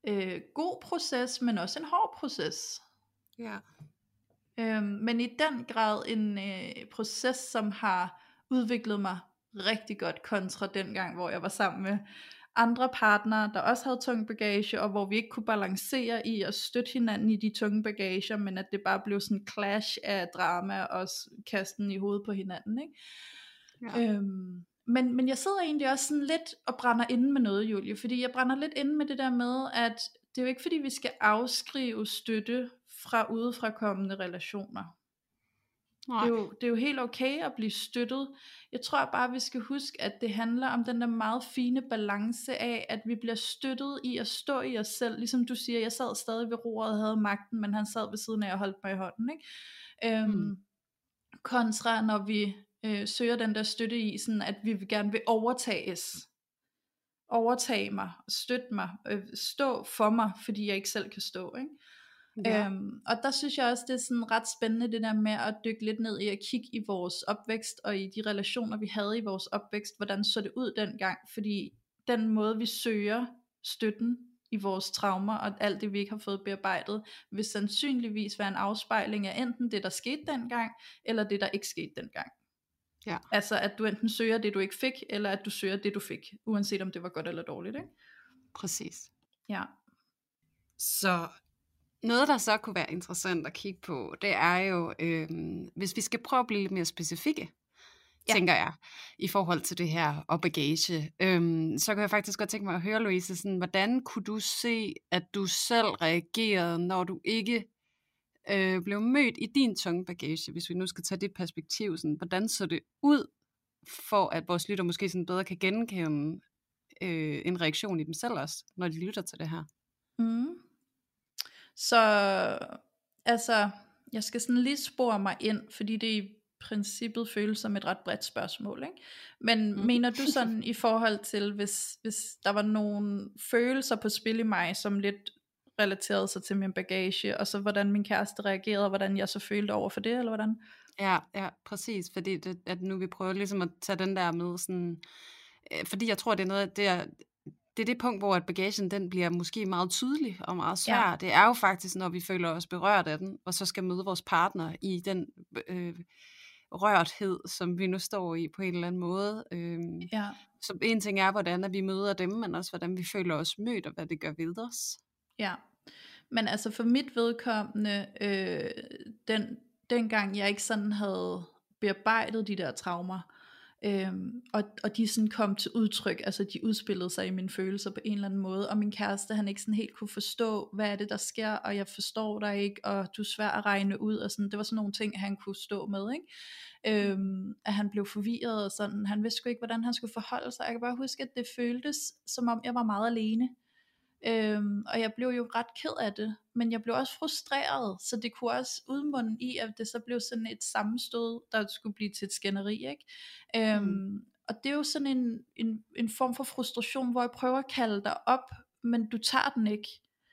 Speaker 1: øh, god proces, men også en hård proces.
Speaker 2: Ja.
Speaker 1: Øhm, men i den grad en øh, proces, som har udviklet mig rigtig godt kontra dengang, hvor jeg var sammen med andre partnere, der også havde tung bagage, og hvor vi ikke kunne balancere i at støtte hinanden i de tunge bagager, men at det bare blev sådan en clash af drama og kasten i hovedet på hinanden, ikke?
Speaker 2: Ja.
Speaker 1: Øhm, men, men jeg sidder egentlig også sådan lidt og brænder inde med noget, Julie, fordi jeg brænder lidt inde med det der med, at det er jo ikke fordi vi skal afskrive støtte fra udefrakommende relationer. Det er, jo, det er jo helt okay at blive støttet. Jeg tror bare vi skal huske, at det handler om den der meget fine balance af, at vi bliver støttet i at stå i os selv. Ligesom du siger, jeg sad stadig ved roret og havde magten, men han sad ved siden af og holdt mig i hånden, ikke? Øhm,
Speaker 2: Mm.
Speaker 1: Kontra når vi øh, søger den der støtte i, sådan at vi gerne vil overtages. Overtage mig, støtte mig, øh, stå for mig, fordi jeg ikke selv kan stå, ikke?
Speaker 2: Ja.
Speaker 1: Øhm, og der synes jeg også det er sådan ret spændende det der med at dykke lidt ned i at kigge i vores opvækst og i de relationer vi havde i vores opvækst, hvordan så det ud dengang, fordi den måde vi søger støtten i vores traumer og alt det vi ikke har fået bearbejdet, vil sandsynligvis være en afspejling af enten det der skete dengang, eller det der ikke skete dengang.
Speaker 2: Ja.
Speaker 1: Altså at du enten søger det du ikke fik, eller at du søger det du fik, uanset om det var godt eller dårligt, ikke?
Speaker 2: Præcis.
Speaker 1: Ja.
Speaker 2: Så noget der så kunne være interessant at kigge på, det er jo, øhm, hvis vi skal prøve at blive lidt mere specifikke, ja. tænker jeg, i forhold til det her og bagage, øhm, så kan jeg faktisk godt tænke mig at høre, Louise, sådan, hvordan kunne du se, at du selv reagerede, når du ikke øh, blev mødt i din tunge bagage, hvis vi nu skal tage det perspektiv, sådan, hvordan så det ud, for at vores lytter måske sådan bedre kan genkende øh, en reaktion i dem selv også, når de lytter til det her?
Speaker 1: Mm. Så altså, jeg skal sådan lige spore mig ind, fordi det i princippet føles som et ret bredt spørgsmål, ikke? Men mm. mener du sådan i forhold til, hvis, hvis der var nogle følelser på spil i mig, som lidt relaterede sig til min bagage, og så hvordan min kæreste reagerede, og hvordan jeg så følte over for det, eller hvordan?
Speaker 2: Ja, ja, præcis, fordi det, at nu vi prøver ligesom at tage den der med sådan, øh, fordi jeg tror det er noget, det er, det er det punkt, hvor at bagagen den bliver måske meget tydelig og meget svær. Ja. Det er jo faktisk, når vi føler os berørt af den, og så skal møde vores partner i den øh, rørthed, som vi nu står i på en eller anden måde. Øh,
Speaker 1: ja.
Speaker 2: Så en ting er, hvordan at vi møder dem, men også hvordan vi føler os mødt, og hvad det gør ved os.
Speaker 1: Ja, men altså for mit vedkommende, øh, den, dengang jeg ikke sådan havde bearbejdet de der traumer, Øhm, og, og de sådan kom til udtryk, altså de udspillede sig i mine følelser på en eller anden måde, og min kæreste han ikke sådan helt kunne forstå, hvad er det der sker, og jeg forstår dig ikke, og du er svær at regne ud, og sådan, det var sådan nogle ting han kunne stå med, ikke? Øhm, at han blev forvirret og sådan, han vidste sgu ikke hvordan han skulle forholde sig. Jeg kan bare huske at det føltes som om jeg var meget alene. Øhm, og jeg blev jo ret ked af det, men jeg blev også frustreret, så det kunne også udmunde i, at det så blev sådan et sammenstød, der skulle blive til et skænderi, ikke? Øhm, mm. Og det er jo sådan en, en, en form for frustration, hvor jeg prøver at kalde dig op, men du tager den ikke.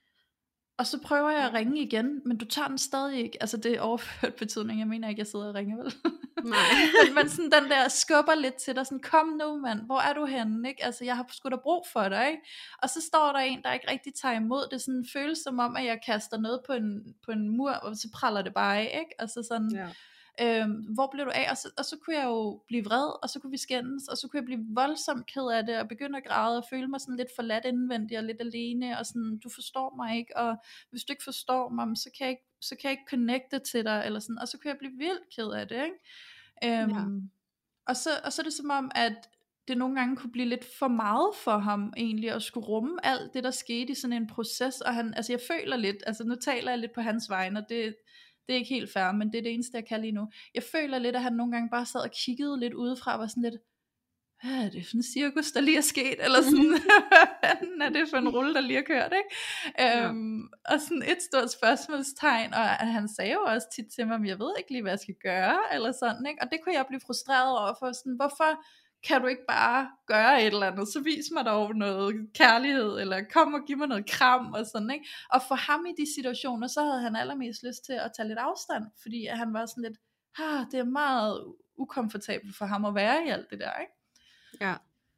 Speaker 1: Og så prøver jeg at ringe igen, men du tager den stadig ikke. Altså det er overført betydning, jeg mener ikke, jeg sidder og ringer, vel? Nej. men, men sådan den der skubber lidt til dig, sådan kom nu mand, hvor er du henne, ikke? Altså jeg har sgu da brug for dig, ikke? Og så står der en, der ikke rigtig tager imod det, sådan føles som om, at jeg kaster noget på en, på en mur, og så praller det bare af, ikke? Altså sådan... Ja. Øhm, hvor blev du af, og så, og så kunne jeg jo blive vred, og så kunne vi skændes, og så kunne jeg blive voldsomt ked af det, og begynde at græde, og føle mig sådan lidt forladt indvendigt, og lidt alene, og sådan, du forstår mig ikke, og hvis du ikke forstår mig, så kan jeg ikke, så kan jeg ikke connecte til dig, eller sådan, og så kunne jeg blive vildt ked af det, ikke? Øhm, ja. og, så, og så er det som om, at det nogle gange kunne blive lidt for meget for ham, egentlig, at skulle rumme alt det, der skete i sådan en proces, og han, altså jeg føler lidt, altså nu taler jeg lidt på hans vegne, og det Det er ikke helt fair, men det er det eneste jeg kan lige nu. Jeg føler lidt at han nogle gange bare sad og kiggede lidt udefra og var sådan lidt, hvad er det for en cirkus der lige er sket, eller sådan, hvad er det for en rulle der lige er kørt, ikke? Ja. Øhm, og sådan et stort spørgsmålstegn, og han sagde jo også tit til mig, jeg ved ikke lige hvad jeg skal gøre, eller sådan, ikke? Og det kunne jeg blive frustreret over, for sådan, hvorfor kan du ikke bare gøre et eller andet, så vis mig dog noget kærlighed, eller kom og giv mig noget kram, og sådan, ikke? Og for ham i de situationer, så havde han allermest lyst til at tage lidt afstand, fordi han var sådan lidt, ah, det er meget ukomfortabelt for ham at være i alt det der, ikke?
Speaker 2: Ja.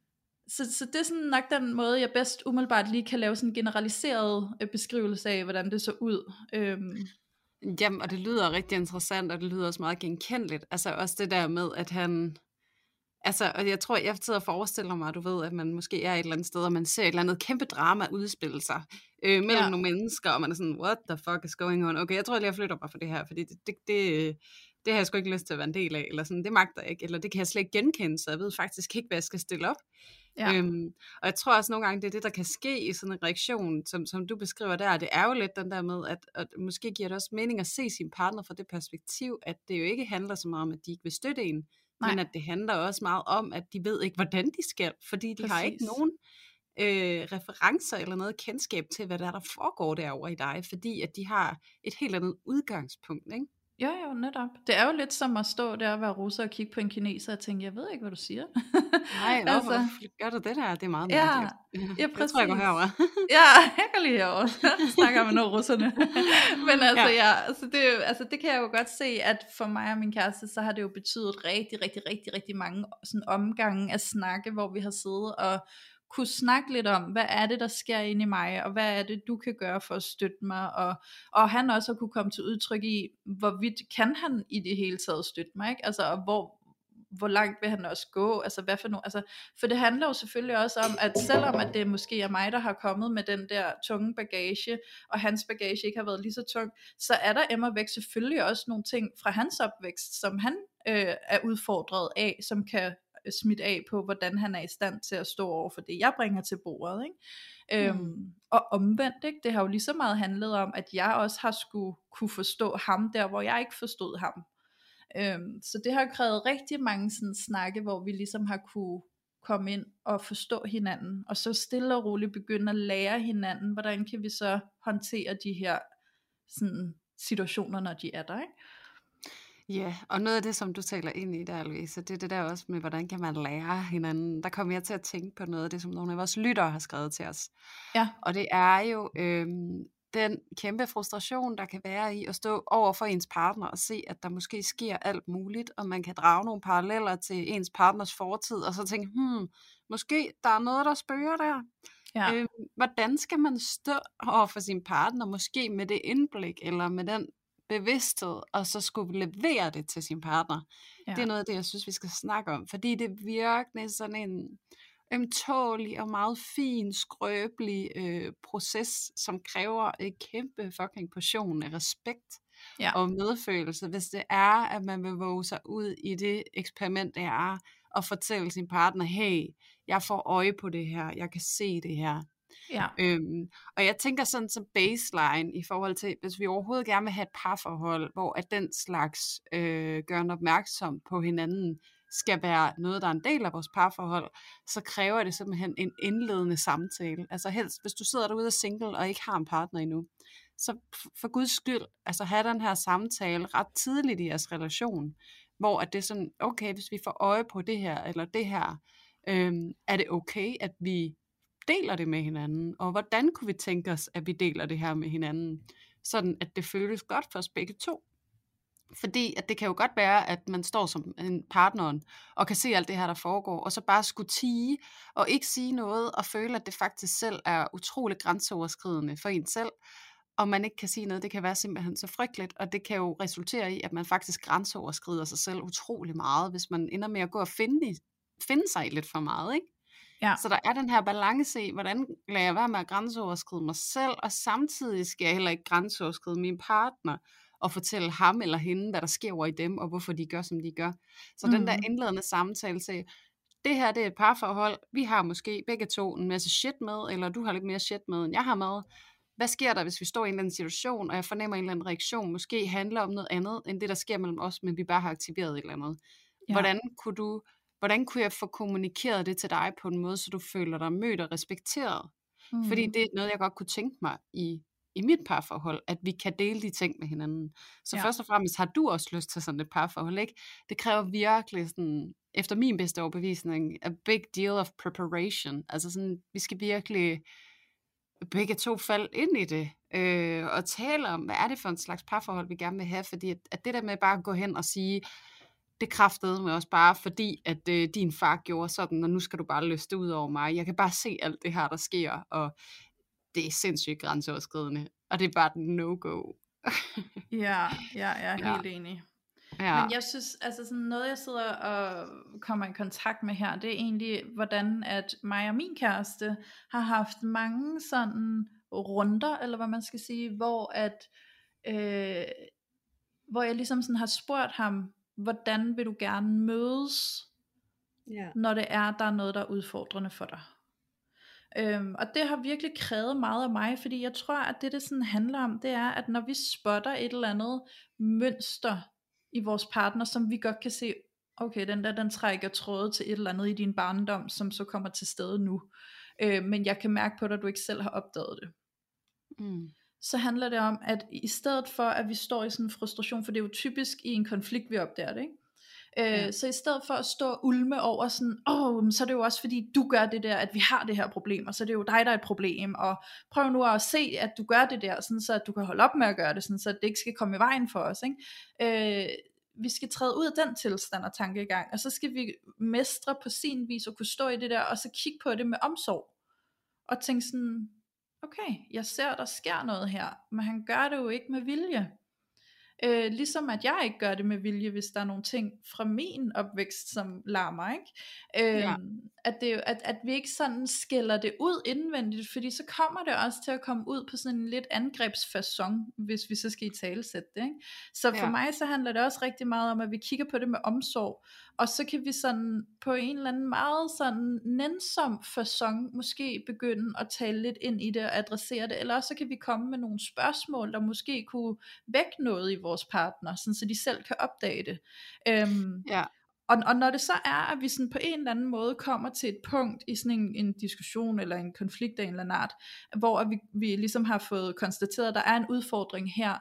Speaker 1: så, så det er sådan nok den måde, jeg bedst umiddelbart lige kan lave sådan en generaliseret øh, beskrivelse af, hvordan det så ud. Øhm.
Speaker 2: Jamen, og det lyder rigtig interessant, og det lyder også meget genkendeligt. Altså også det der med, at han... Altså, og jeg tror, jeg sidder og forestiller mig, du ved, at man måske er et eller andet sted, og man ser et eller andet kæmpe drama udspille sig øh, mellem ja. nogle mennesker, og man er sådan, what the fuck is going on? Okay, jeg tror lige, jeg flytter mig for det her, fordi det, det, det, det har jeg sgu ikke lyst til at være en del af, eller sådan, det magter jeg ikke, eller det kan jeg slet ikke genkende, så jeg ved faktisk ikke, hvad jeg skal stille op. Ja. Øhm, og jeg tror også nogle gange, det er det, der kan ske i sådan en reaktion, som, som du beskriver der. Det er jo lidt den der med, at, at måske giver det også mening at se sin partner fra det perspektiv, at det jo ikke handler så meget om, at de ikke vil støtte en, Nej. men at det handler også meget om, at de ved ikke, hvordan de skal, fordi de Præcis. har ikke nogen øh, referencer eller noget kendskab til, hvad der er, der foregår derovre i dig, fordi at de har et helt andet udgangspunkt, ikke?
Speaker 1: Jo, jo, netop. Det er jo lidt som at stå der og være russer og kigge på en kineser og tænke, jeg ved ikke, hvad du siger.
Speaker 2: Nej, altså, hvorfor gør du det der? Det er meget mærkeligt.
Speaker 1: Ja, ja, præcis.
Speaker 2: Jeg tror, jeg går herover.
Speaker 1: Ja, jeg går lige herover. Snakker med nogle russerne. Men altså, ja. Ja, altså, det, altså, det kan jeg jo godt se, at for mig og min kæreste, så har det jo betydet rigtig, rigtig, rigtig, rigtig mange sådan omgange af snakke, hvor vi har siddet og kunne snakke lidt om, hvad er det, der sker inde i mig, og hvad er det, du kan gøre for at støtte mig, og, og han også har kunne komme til udtryk i, hvorvidt kan han i det hele taget støtte mig, ikke? Altså, og hvor, hvor langt vil han også gå, altså hvad for nu, altså, for det handler jo selvfølgelig også om, at selvom at det måske er mig, der har kommet med den der tunge bagage, og hans bagage ikke har været lige så tung, så er der immer væk selvfølgelig også nogle ting fra hans opvækst, som han øh, er udfordret af, som kan smidt af på, hvordan han er i stand til at stå over for det, jeg bringer til bordet, ikke? Mm. Øhm, og omvendt, ikke? Det har jo lige så meget handlet om, at jeg også har skulle kunne forstå ham der, hvor jeg ikke forstod ham. Øhm, så det har krævet rigtig mange sådan snakke, hvor vi ligesom har kunne komme ind og forstå hinanden, og så stille og roligt begynde at lære hinanden, hvordan kan vi så håndtere de her sådan, situationer, når de er der, ikke?
Speaker 2: Ja, og noget af det, som du taler ind i der, Louise, det er det der også med, hvordan kan man lære hinanden. Der kommer jeg til at tænke på noget af det, som nogle af vores lyttere har skrevet til os.
Speaker 1: Ja.
Speaker 2: Og det er jo øhm, den kæmpe frustration, der kan være i at stå over for ens partner og se, at der måske sker alt muligt, og man kan drage nogle paralleller til ens partners fortid, og så tænke, hmm, måske der er noget, der spørger der. Ja. Øhm, hvordan skal man stå over for sin partner, måske med det indblik, eller med den bevidsthed, og så skulle levere det til sin partner. Ja. Det er noget af det, jeg synes, vi skal snakke om, fordi det er virkelig sådan en ømtålig og meget fin, skrøbelig øh, proces, som kræver en kæmpe fucking portion af respekt ja. og medfølelse, hvis det er, at man vil våge sig ud i det eksperiment, det er at fortælle sin partner, hey, jeg får øje på det her, jeg kan se det her. Ja. Øhm, og jeg tænker sådan som baseline i forhold til, hvis vi overhovedet gerne vil have et parforhold, hvor at den slags øh, gør en opmærksom på hinanden, skal være noget, der er en del af vores parforhold, så kræver det simpelthen en indledende samtale. Altså helst, hvis du sidder derude og single og ikke har en partner endnu, så for guds skyld, altså have den her samtale ret tidligt i jeres relation, hvor at det er sådan, okay, hvis vi får øje på det her, eller det her, øhm, er det okay, at vi deler det med hinanden, og hvordan kunne vi tænke os, at vi deler det her med hinanden, sådan at det føles godt for os begge to. Fordi at det kan jo godt være, at man står som en partneren, og kan se alt det her, der foregår, og så bare skulle tie, og ikke sige noget, og føle, at det faktisk selv er utroligt grænseoverskridende for en selv, og man ikke kan sige noget, det kan være simpelthen så frygteligt, og det kan jo resultere i, at man faktisk grænseoverskrider sig selv utrolig meget, hvis man ender med at gå og finde, finde sig lidt for meget, ikke? Ja. Så der er den her balance i, hvordan lader jeg være med at grænseoverskride mig selv, og samtidig skal jeg heller ikke grænseoverskride min partner, og fortælle ham eller hende, hvad der sker over i dem, og hvorfor de gør, som de gør. Så mm. den der indledende samtale til, det her det er et parforhold, vi har måske begge to en masse shit med, eller du har lidt mere shit med, end jeg har med. Hvad sker der, hvis vi står i en eller anden situation, og jeg fornemmer en eller anden reaktion, måske handler om noget andet, end det, der sker mellem os, men vi bare har aktiveret et eller andet. Ja. Hvordan kunne du... Hvordan kunne jeg få kommunikeret det til dig på en måde, så du føler dig mødt og respekteret? Mm. Fordi det er noget, jeg godt kunne tænke mig i, i mit parforhold, at vi kan dele de ting med hinanden. Så ja. Først og fremmest har du også lyst til sådan et parforhold, ikke? Det kræver virkelig sådan, efter min bedste overbevisning, a big deal of preparation. Altså sådan, vi skal virkelig begge to falde ind i det, øh, og tale om, hvad er det for en slags parforhold, vi gerne vil have, fordi at, at det der med bare at gå hen og sige, det kræftede mig også bare, fordi at øh, din far gjorde sådan, og nu skal du bare løfte ud over mig. Jeg kan bare se alt det her, der sker, og det er sindssygt grænseoverskridende, og det er bare et no-go.
Speaker 1: Ja, ja, jeg er
Speaker 2: Ja.
Speaker 1: helt enig.
Speaker 2: Ja.
Speaker 1: Men jeg synes, altså sådan noget jeg sidder og kommer i kontakt med her, det er egentlig hvordan at mig og min kæreste har haft mange sådan runder, eller hvad man skal sige, hvor at øh, hvor jeg ligesom sådan har spurgt ham, hvordan vil du gerne mødes,
Speaker 2: Ja.
Speaker 1: når det er, der er noget, der er udfordrende for dig. Øhm, og det har virkelig krævet meget af mig, fordi jeg tror, at det det sådan handler om, det er, at når vi spotter et eller andet mønster i vores partner, som vi godt kan se, okay, den der, den trækker tråde til et eller andet i din barndom, som så kommer til stede nu. Øh, men jeg kan mærke på dig, at du ikke selv har opdaget det.
Speaker 2: Mm.
Speaker 1: Så handler det om, at i stedet for, at vi står i sådan en frustration, for det er jo typisk i en konflikt, vi opdager det, ikke? Øh, ja. Så i stedet for at stå og ulme over sådan, åh, oh, så er det jo også fordi du gør det der, at vi har det her problem, og så er det jo dig, der er et problem, og prøv nu at se, at du gør det der, sådan så at du kan holde op med at gøre det, sådan så at det ikke skal komme i vejen for os, ikke? Øh, vi skal træde ud af den tilstand og tankegang, og så skal vi mestre på sin vis og kunne stå i det der, og så kigge på det med omsorg, og tænke sådan, okay, jeg ser, der sker noget her, men han gør det jo ikke med vilje. Øh, ligesom at jeg ikke gør det med vilje, hvis der er nogle ting fra min opvækst, som larmer, ikke? Øh,
Speaker 2: Ja.
Speaker 1: at, det, at, at vi ikke sådan skiller det ud indvendigt, fordi så kommer det også til at komme ud på sådan en lidt angrebsfacon, hvis vi så skal i talesætte det, ikke? Så for
Speaker 2: Ja.
Speaker 1: mig så handler det også rigtig meget om, at vi kigger på det med omsorg, og så kan vi sådan på en eller anden meget sådan nænsom facon måske begynde at tale lidt ind i det og adressere det, eller også så kan vi komme med nogle spørgsmål, der måske kunne vække noget i vores partner, sådan så de selv kan opdage det. Øhm,
Speaker 2: Ja.
Speaker 1: og, og når det så er, at vi sådan på en eller anden måde kommer til et punkt i sådan en, en diskussion eller en konflikt af en eller anden art, hvor at vi, vi ligesom har fået konstateret, at der er en udfordring her,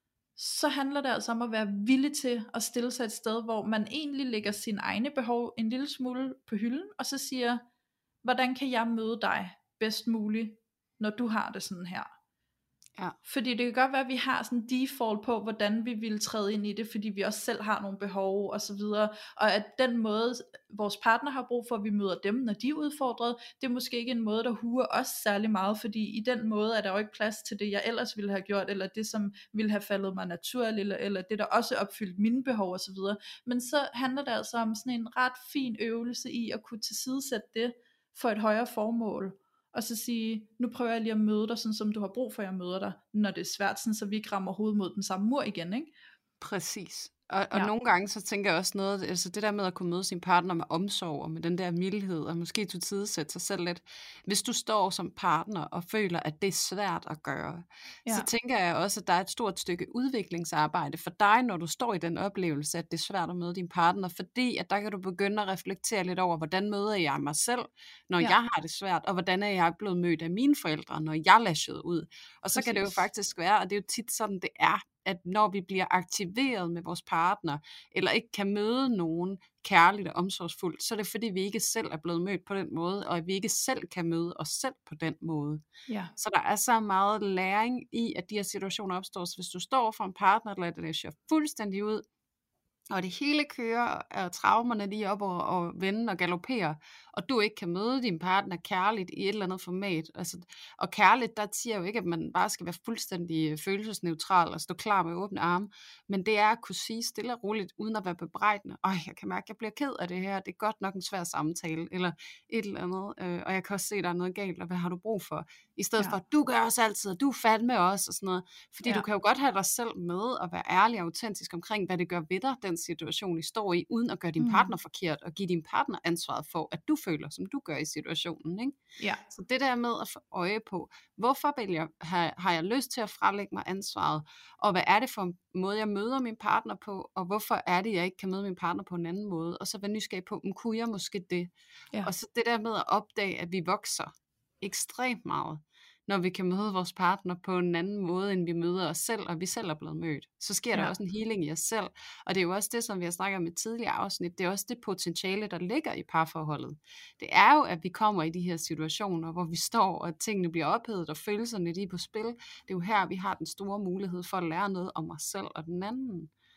Speaker 1: så handler det altså om at være villig til at stille sig et sted, hvor man egentlig lægger sine egne behov en lille smule på hylden, og så siger, hvordan kan jeg møde dig bedst muligt, når du har det sådan her?
Speaker 2: Ja.
Speaker 1: Fordi det kan godt være, at vi har sådan en default på, hvordan vi vil træde ind i det, fordi vi også selv har nogle behov og så videre, og at den måde, vores partner har brug for, at vi møder dem, når de er udfordret, det er måske ikke en måde, der huer os særlig meget, fordi i den måde er der jo ikke plads til det, jeg ellers ville have gjort, eller det, som ville have faldet mig naturligt, eller, eller det, der også opfyldt mine behov og så videre. Men så handler det altså om sådan en ret fin øvelse i at kunne tilsidesætte det for et højere formål. Og så sige, nu prøver jeg lige at møde dig, sådan som du har brug for, at jeg møder dig, når det er svært, sådan så vi ikke rammer hovedet mod den samme mur igen, ikke?
Speaker 2: Præcis. Og, og
Speaker 1: Ja.
Speaker 2: nogle gange så tænker jeg også noget, altså det der med at kunne møde sin partner med omsorg og med den der mildhed, og måske til tid sætte sig selv lidt. Hvis du står som partner og føler, at det er svært at gøre,
Speaker 1: Ja.
Speaker 2: så tænker jeg også, at der er et stort stykke udviklingsarbejde for dig, når du står i den oplevelse, at det er svært at møde din partner, fordi at der kan du begynde at reflektere lidt over, hvordan møder jeg mig selv, når
Speaker 1: Ja.
Speaker 2: jeg har det svært, og hvordan er jeg blevet mødt af mine forældre, når jeg lashede ud. Og så kan det jo
Speaker 1: Præcis.
Speaker 2: faktisk være, og det er jo tit sådan, det er, at når vi bliver aktiveret med vores partner, eller ikke kan møde nogen kærligt og omsorgsfuldt, så er det fordi, vi ikke selv er blevet mødt på den måde, og at vi ikke selv kan møde os selv på den måde.
Speaker 1: Ja.
Speaker 2: Så der er så meget læring i, at de her situationer opstår. Så hvis du står for en partner, der lader det lasher fuldstændig ud, og det hele kører, og traumerne lige op og, og vende og galopperer, og du ikke kan møde din partner kærligt i et eller andet format. Altså, og kærligt, der siger jo ikke, at man bare skal være fuldstændig følelsesneutral og stå klar med åbne arme, men det er at kunne sige stille og roligt, uden at være bebrejdende. Øj, jeg kan mærke, at jeg bliver ked af det her, det er godt nok en svær samtale, eller et eller andet, øh, og jeg kan også se, at der er noget galt, og hvad har du brug for? I stedet
Speaker 1: Ja.
Speaker 2: for, du gør os altid, og du er fandme også, og sådan noget. Fordi
Speaker 1: Ja.
Speaker 2: du kan jo godt have dig selv med, og være ærlig og autentisk omkring, hvad det gør ved dig, den situation, I står i, uden at gøre din
Speaker 1: Mm.
Speaker 2: partner forkert, og give din partner ansvaret for, at du føler, som du gør i situationen, ikke?
Speaker 1: Ja.
Speaker 2: Så det der med at få øje på, hvorfor vil jeg, har, har jeg lyst til at frelægge mig ansvaret, og hvad er det for en måde, jeg møder min partner på, og hvorfor er det, jeg ikke kan møde min partner på en anden måde, og så være nysgerrig på, men kunne jeg måske det?
Speaker 1: Ja.
Speaker 2: Og så det der med at opdage, at vi vokser ekstremt meget, når vi kan møde vores partner på en anden måde, end vi møder os selv, og vi selv er blevet mødt. Så sker ja. der også en healing i os selv. Og det er jo også det, som vi har snakket om i tidligere afsnit, det er også det potentiale, der ligger i parforholdet. Det er jo, at vi kommer i de her situationer, hvor vi står, og tingene bliver ophedet, og følelserne de er på spil. Det er jo her, vi har den store mulighed for at lære noget om os selv og den anden.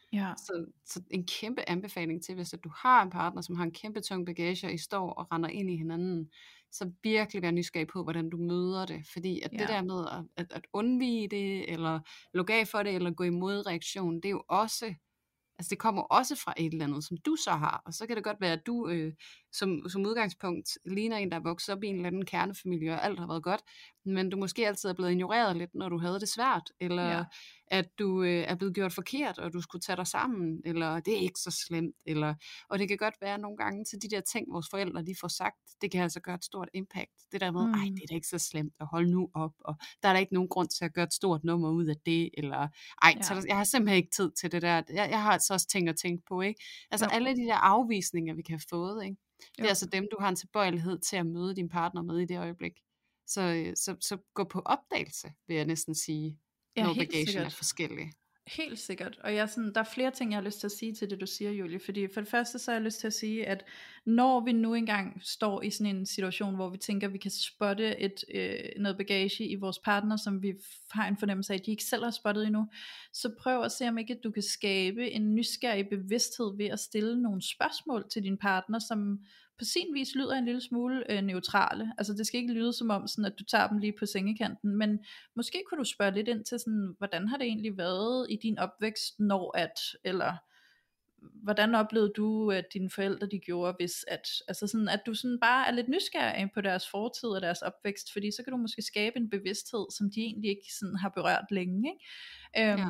Speaker 1: Ja.
Speaker 2: Så, så en kæmpe anbefaling til, hvis at du har en partner, som har en kæmpe tung bagage, og I står og render ind i hinanden, så virkelig være nysgerrig på, hvordan du møder det. Fordi at
Speaker 1: Ja.
Speaker 2: det der med at, at, at undvige det, eller lukke af for det, eller gå imod reaktion, det er jo også, altså det kommer også fra et eller andet, som du så har. Og så kan det godt være, at du øh, som, som udgangspunkt ligner en, der er vokset op i en eller anden kernefamilie, og alt har været godt, men du måske altid er blevet ignoreret lidt, når du havde det svært, eller
Speaker 1: Ja.
Speaker 2: at du øh, er blevet gjort forkert, og du skulle tage dig sammen, eller det er ikke så slemt, eller, og det kan godt være nogle gange til de der ting, vores forældre de får sagt, det kan altså gøre et stort impact. Det der med,
Speaker 1: Mm.
Speaker 2: ej, det er da ikke så slemt, og hold nu op, og der er der ikke nogen grund til at gøre et stort nummer ud af det, eller ej,
Speaker 1: Ja.
Speaker 2: så jeg har simpelthen ikke tid til det der. Jeg, jeg har altså også ting at tænke på, ikke? Altså
Speaker 1: Jo.
Speaker 2: alle de der afvisninger, vi kan have fået, ikke? Det er
Speaker 1: Jo.
Speaker 2: altså dem, du har en tilbøjelighed til at møde din partner med i det øjeblik. Så, så, så gå på opdagelse, vil jeg næsten sige,
Speaker 1: Ja,
Speaker 2: når
Speaker 1: helt
Speaker 2: bagagen er
Speaker 1: sikkert.
Speaker 2: forskellig.
Speaker 1: Helt sikkert. Og jeg er sådan, der er flere ting, jeg har lyst til at sige til det, du siger, Julie. Fordi for det første, så har jeg lyst til at sige, at når vi nu engang står i sådan en situation, hvor vi tænker, at vi kan spotte et, øh, noget bagage i vores partner, som vi har en fornemmelse af, at de ikke selv har spottet endnu, så prøv at se, om ikke du kan skabe en nysgerrig bevidsthed ved at stille nogle spørgsmål til din partner, som på sin vis lyder en lille smule øh, neutrale. Altså det skal ikke lyde som om, sådan, at du tager dem lige på sengekanten, men måske kunne du spørge lidt ind til, sådan, hvordan har det egentlig været i din opvækst, når at, eller hvordan oplevede du, at dine forældre de gjorde, hvis at, altså sådan, at du sådan bare er lidt nysgerrig på deres fortid og deres opvækst, fordi så kan du måske skabe en bevidsthed, som de egentlig ikke sådan har berørt længe, ikke? Øhm,
Speaker 2: Ja.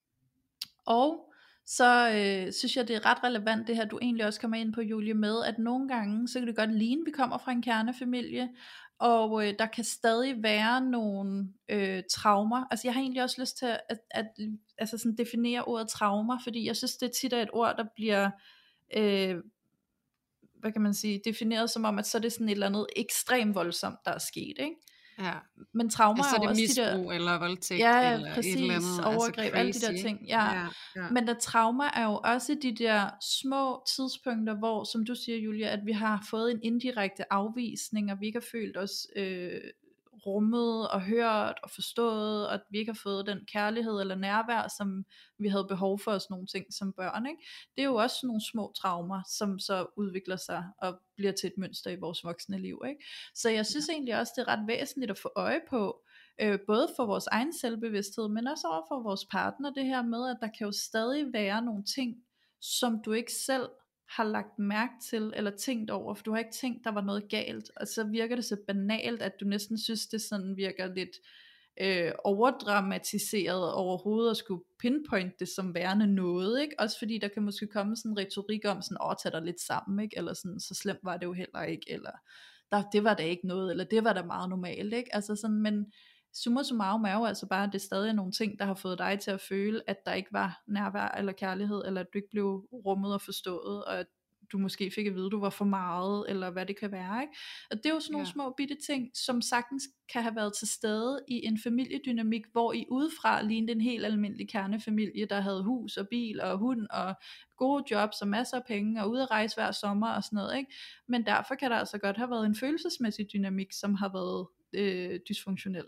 Speaker 1: Og så øh, synes jeg, det er ret relevant det her, du egentlig også kommer ind på, Julie, med, at nogle gange, så kan det godt ligne, vi kommer fra en kernefamilie, og øh, der kan stadig være nogle øh, traumer. Altså jeg har egentlig også lyst til at, at, at altså sådan definere ordet traumer, fordi jeg synes, det tit er et ord, der bliver, øh, hvad kan man sige, defineret som om, at så er det sådan et eller andet ekstremt voldsomt, der er sket, ikke?
Speaker 2: Ja.
Speaker 1: Men traumer
Speaker 2: Altså,
Speaker 1: er
Speaker 2: er
Speaker 1: jo
Speaker 2: det
Speaker 1: også de der,
Speaker 2: misbrug, eller voldtægt,
Speaker 1: ja,
Speaker 2: eller
Speaker 1: præcis,
Speaker 2: et eller andet,
Speaker 1: overgreb,
Speaker 2: altså
Speaker 1: alle de der
Speaker 2: crazy,
Speaker 1: ting,
Speaker 2: ikke?
Speaker 1: ja.
Speaker 2: Ja, ja.
Speaker 1: Men der traumer er jo også de der små tidspunkter, hvor, som du siger, Julia, at vi har fået en indirekte afvisning, og vi ikke har følt os øh, rummet og hørt og forstået, og at vi ikke har fået den kærlighed eller nærvær, som vi havde behov for os nogle ting som børn, ikke? Det er jo også nogle små traumer, som så udvikler sig og bliver til et mønster i vores voksne liv, ikke? Så jeg synes egentlig også, det er ret væsentligt at få øje på, øh, både for vores egen selvbevidsthed, men også over for vores partner, det her med, at der kan jo stadig være nogle ting, som du ikke selv har lagt mærke til, eller tænkt over, for du har ikke tænkt, der var noget galt, og så virker det så banalt, at du næsten synes, det sådan virker lidt øh, overdramatiseret overhovedet, at skulle pinpoint det som værende noget, ikke? Også fordi der kan måske komme sådan en retorik om, sådan, åh, tag dig lidt sammen, ikke? Eller sådan, så slemt var det jo heller ikke, eller der, det var da ikke noget, eller det var da meget normalt, ikke? Altså sådan, men summa summarum er jo altså bare, at det stadig er nogle ting, der har fået dig til at føle, at der ikke var nærvær eller kærlighed, eller at du ikke blev rummet og forstået, og at du måske fik at vide, at du var for meget, eller hvad det kan være, ikke? Og det er jo sådan nogle
Speaker 2: Ja.
Speaker 1: små bitte ting, som sagtens kan have været til stede i en familiedynamik, hvor I udefra lignede en helt almindelig kernefamilie, der havde hus og bil og hund og gode jobs og masser af penge og ude at rejse hver sommer og sådan noget, ikke? Men derfor kan der altså godt have været en følelsesmæssig dynamik, som har været øh, dysfunktionel.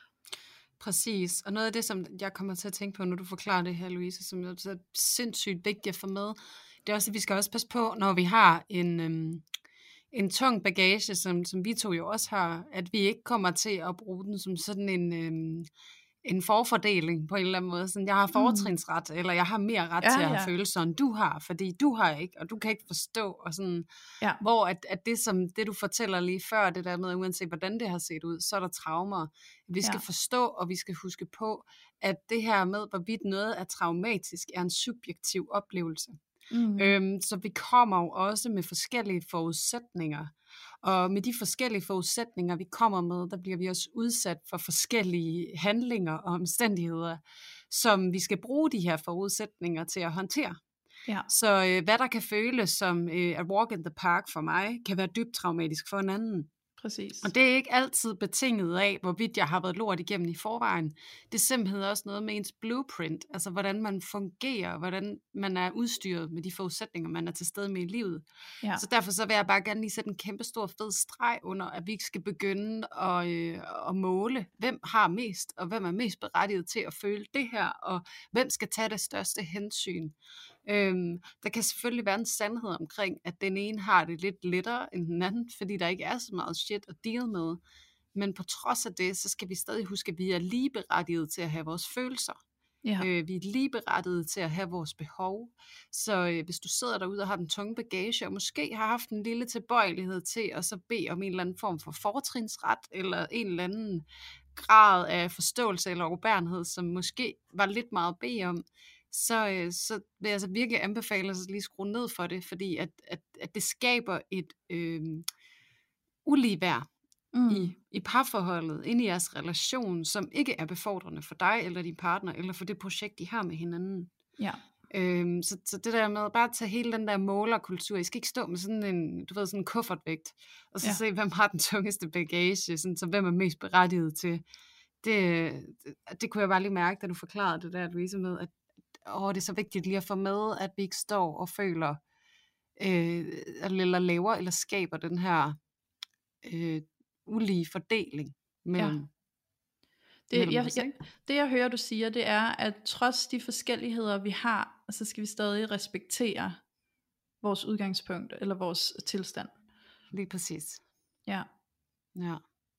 Speaker 2: Præcis, og noget af det, som jeg kommer til at tænke på, når du forklarer det her, Louise, som er så sindssygt vigtigt at få med, det er også, at vi skal også passe på, når vi har en, øhm, en tung bagage, som, som vi to jo også har, at vi ikke kommer til at bruge den som sådan en, øhm, en forfordeling på en eller anden måde. Sådan, jeg har fortrinsret, mm. eller jeg har mere ret
Speaker 1: Ja,
Speaker 2: til at have
Speaker 1: ja.
Speaker 2: følelser, end du har, fordi du har ikke, og du kan ikke forstå, og sådan,
Speaker 1: Ja.
Speaker 2: hvor at, at det, som det du fortæller lige før, det der med, uanset hvordan det har set ud, så er der traumer. Vi skal
Speaker 1: Ja.
Speaker 2: forstå, og vi skal huske på, at det her med, hvorvidt noget er traumatisk, er en subjektiv oplevelse.
Speaker 1: Mm.
Speaker 2: Øhm, så vi kommer jo også med forskellige forudsætninger, og med de forskellige forudsætninger, vi kommer med, der bliver vi også udsat for forskellige handlinger og omstændigheder, som vi skal bruge de her forudsætninger til at håndtere.
Speaker 1: Ja.
Speaker 2: Så øh, hvad der kan føles som øh, at walk in the park for mig, kan være dybt traumatisk for en anden.
Speaker 1: Præcis.
Speaker 2: Og det er ikke altid betinget af, hvorvidt jeg har været lort igennem i forvejen. Det er simpelthen også noget med ens blueprint, altså hvordan man fungerer, hvordan man er udstyret med de forudsætninger, man er til stede med i livet.
Speaker 1: Ja.
Speaker 2: Så derfor så vil jeg bare gerne lige sætte en kæmpe stor fed streg under, at vi ikke skal begynde at, øh, at måle, hvem har mest, og hvem er mest berettiget til at føle det her, og hvem skal tage det største hensyn. Øhm, der kan selvfølgelig være en sandhed omkring, at den ene har det lidt lettere end den anden, fordi der ikke er så meget shit at deal med. Men på trods af det, så skal vi stadig huske, at vi er lige berettiget til at have vores følelser.
Speaker 1: Ja.
Speaker 2: Øh, vi er lige berettiget til at have vores behov. Så øh, hvis du sidder derude og har den tunge bagage, og måske har haft en lille tilbøjelighed til at så bede om en eller anden form for fortrinsret, eller en eller anden grad af forståelse eller overbærenhed, som måske var lidt meget at bede om, så, øh, så vil jeg altså virkelig anbefale os at lige skrue ned for det, fordi at, at, at det skaber et øh, uligeværd mm. i, i parforholdet, inde i jeres relation, som ikke er befordrende for dig eller din partner, eller for det projekt, I har med hinanden.
Speaker 1: Ja.
Speaker 2: Øhm, så, så det der med bare at tage hele den der målerkultur, I skal ikke stå med sådan en, du ved, sådan en kuffertvægt, og så ja. se, hvem har den tungeste bagage, sådan, så hvem er mest berettiget til. Det, det, det kunne jeg bare lige mærke, da du forklarede det der, Louise, med, at åh, det er så vigtigt lige at få med, at vi ikke står og føler, øh, eller laver, eller skaber den her øh, ulige fordeling mellem,
Speaker 1: ja. Det,
Speaker 2: mellem
Speaker 1: jeg,
Speaker 2: os,
Speaker 1: jeg, det jeg hører du siger, det er, at trods de forskelligheder vi har, så skal vi stadig respektere vores udgangspunkt, eller vores tilstand.
Speaker 2: Lige præcis.
Speaker 1: Ja.
Speaker 2: Ja,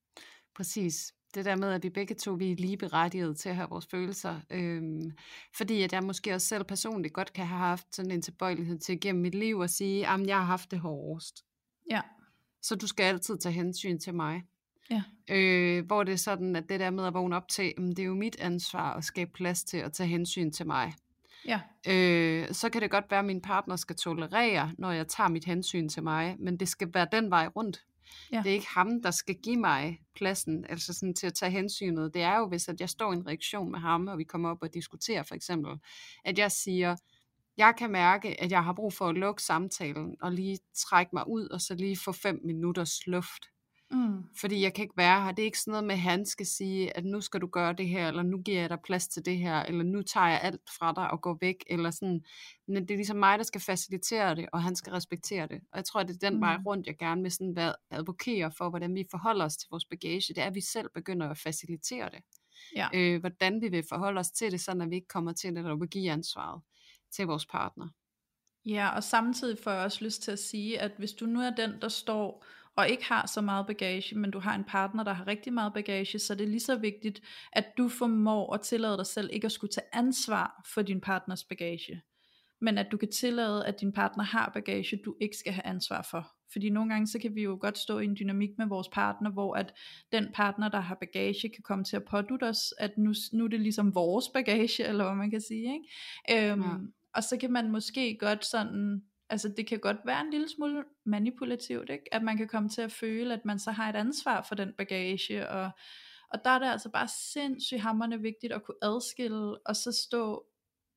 Speaker 2: præcis. Det der med, at vi begge to vi er lige berettiget til at have vores følelser. Øhm, fordi at jeg måske også selv personligt godt kan have haft sådan en tilbøjelighed til gennem mit liv at sige, at jeg har haft det hårdest.
Speaker 1: Ja.
Speaker 2: Så du skal altid tage hensyn til mig.
Speaker 1: Ja.
Speaker 2: Øh, hvor det er sådan, at det der med at vågne op til, det er jo mit ansvar at skabe plads til at tage hensyn til mig.
Speaker 1: Ja.
Speaker 2: Øh, så kan det godt være, at min partner skal tolerere, når jeg tager mit hensyn til mig, men det skal være den vej rundt. Ja. Det er ikke ham, der skal give mig pladsen, altså sådan til at tage hensynet. Det er jo, hvis at jeg står i en reaktion med ham, og vi kommer op og diskuterer for eksempel, at jeg siger, jeg kan mærke, at jeg har brug for at lukke samtalen, og lige trække mig ud, og så lige få fem minutters luft. Mm. Fordi jeg kan ikke være her. Det er ikke sådan noget med, at han skal sige, at nu skal du gøre det her, eller nu giver jeg dig plads til det her, eller nu tager jeg alt fra dig og går væk, eller sådan. Men det er ligesom mig, der skal facilitere det, og han skal respektere det. Og jeg tror, at det er den mm. vej rundt, jeg gerne vil sådan være advokere for, hvordan vi forholder os til vores bagage. Det er, at vi selv begynder at facilitere det. Ja. Øh, hvordan vi vil forholde os til det, sådan at vi ikke kommer til det, at give ansvaret til vores partner.
Speaker 1: Ja, og samtidig får jeg også lyst til at sige, at hvis du nu er den, der står og ikke har så meget bagage, men du har en partner, der har rigtig meget bagage, så det er lige så vigtigt, at du formår at tillade dig selv ikke at skulle tage ansvar for din partners bagage, men at du kan tillade, at din partner har bagage, du ikke skal have ansvar for. Fordi nogle gange, så kan vi jo godt stå i en dynamik med vores partner, hvor at den partner, der har bagage, kan komme til at pådutte os, at nu, nu er det ligesom vores bagage, eller hvad man kan sige, ikke? Øhm, ja. Og så kan man måske godt sådan, altså det kan godt være en lille smule manipulativt, ikke? At man kan komme til at føle, at man så har et ansvar for den bagage, og, og der er det altså bare sindssygt hamrende vigtigt at kunne adskille, og så stå,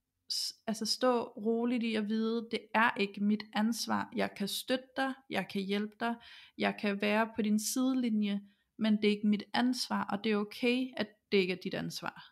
Speaker 1: altså stå roligt i at vide, det er ikke mit ansvar, jeg kan støtte dig, jeg kan hjælpe dig, jeg kan være på din sidelinje, men det er ikke mit ansvar, og det er okay, at det ikke er dit ansvar.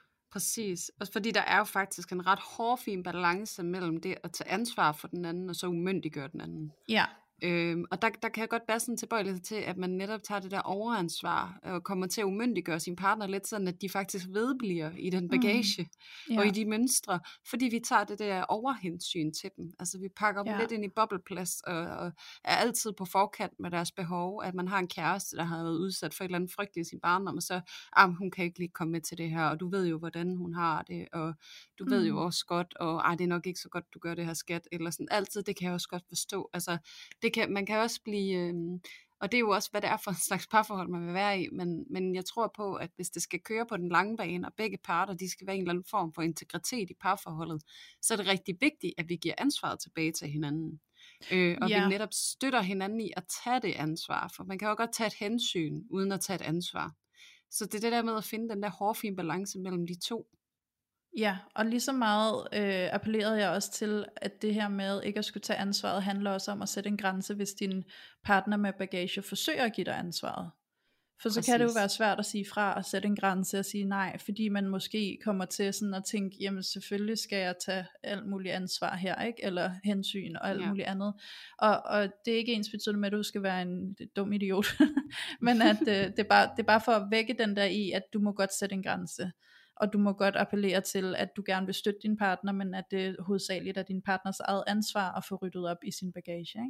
Speaker 2: Præcis, også fordi der er jo faktisk en ret hårfin balance mellem det at tage ansvar for den anden, og så umyndiggøre den anden.
Speaker 1: Ja.
Speaker 2: Øhm, og der, der kan jeg godt være sådan tilbøjelighed til, at man netop tager det der overansvar, og kommer til at umyndiggøre sin partner lidt sådan, at de faktisk vedbliver i den bagage, mm. yeah. og i de mønstre, fordi vi tager det der overhensyn til dem. Altså vi pakker dem yeah. lidt ind i bobleplast, og, og er altid på forkant med deres behov, at man har en kæreste, der har været udsat for et eller andet frygteligt i sin barndom, og så, ah, hun kan ikke lige komme med til det her, og du ved jo, hvordan hun har det, og du mm. ved jo også godt, og ej, det er nok ikke så godt, du gør det her, skat, eller sådan altid, det kan jeg også godt forstå. Altså, det kan, man kan også blive, øh, og det er jo også, hvad det er for en slags parforhold, man vil være i, men, men jeg tror på, at hvis det skal køre på den lange bane, og begge parter, de skal være en eller anden form for integritet i parforholdet, så er det rigtig vigtigt, at vi giver ansvaret tilbage til hinanden. Øh, og ja. vi netop støtter hinanden i at tage det ansvar, for man kan jo godt tage et hensyn, uden at tage et ansvar. Så det er det der med at finde den der hårfine balance mellem de to.
Speaker 1: Ja, og lige så meget øh, appellerede jeg også til, at det her med ikke at skulle tage ansvaret, handler også om at sætte en grænse, hvis din partner med bagage forsøger at give dig ansvaret. For så kan det jo være
Speaker 2: Præcis.
Speaker 1: svært at sige fra og sætte en grænse og sige nej, fordi man måske kommer til sådan at tænke, jamen selvfølgelig skal jeg tage alt muligt ansvar her, ikke? Eller hensyn og alt
Speaker 2: Ja.
Speaker 1: muligt andet. Og, og det er ikke ensbetydende med, at du skal være en dum idiot, men at øh, det, er bare, det er bare for at vække den der i, at du må godt sætte en grænse. Og du må godt appellere til, at du gerne vil støtte din partner, men at det hovedsageligt er din partners eget ansvar at få ryddet op i sin bagage, ikke?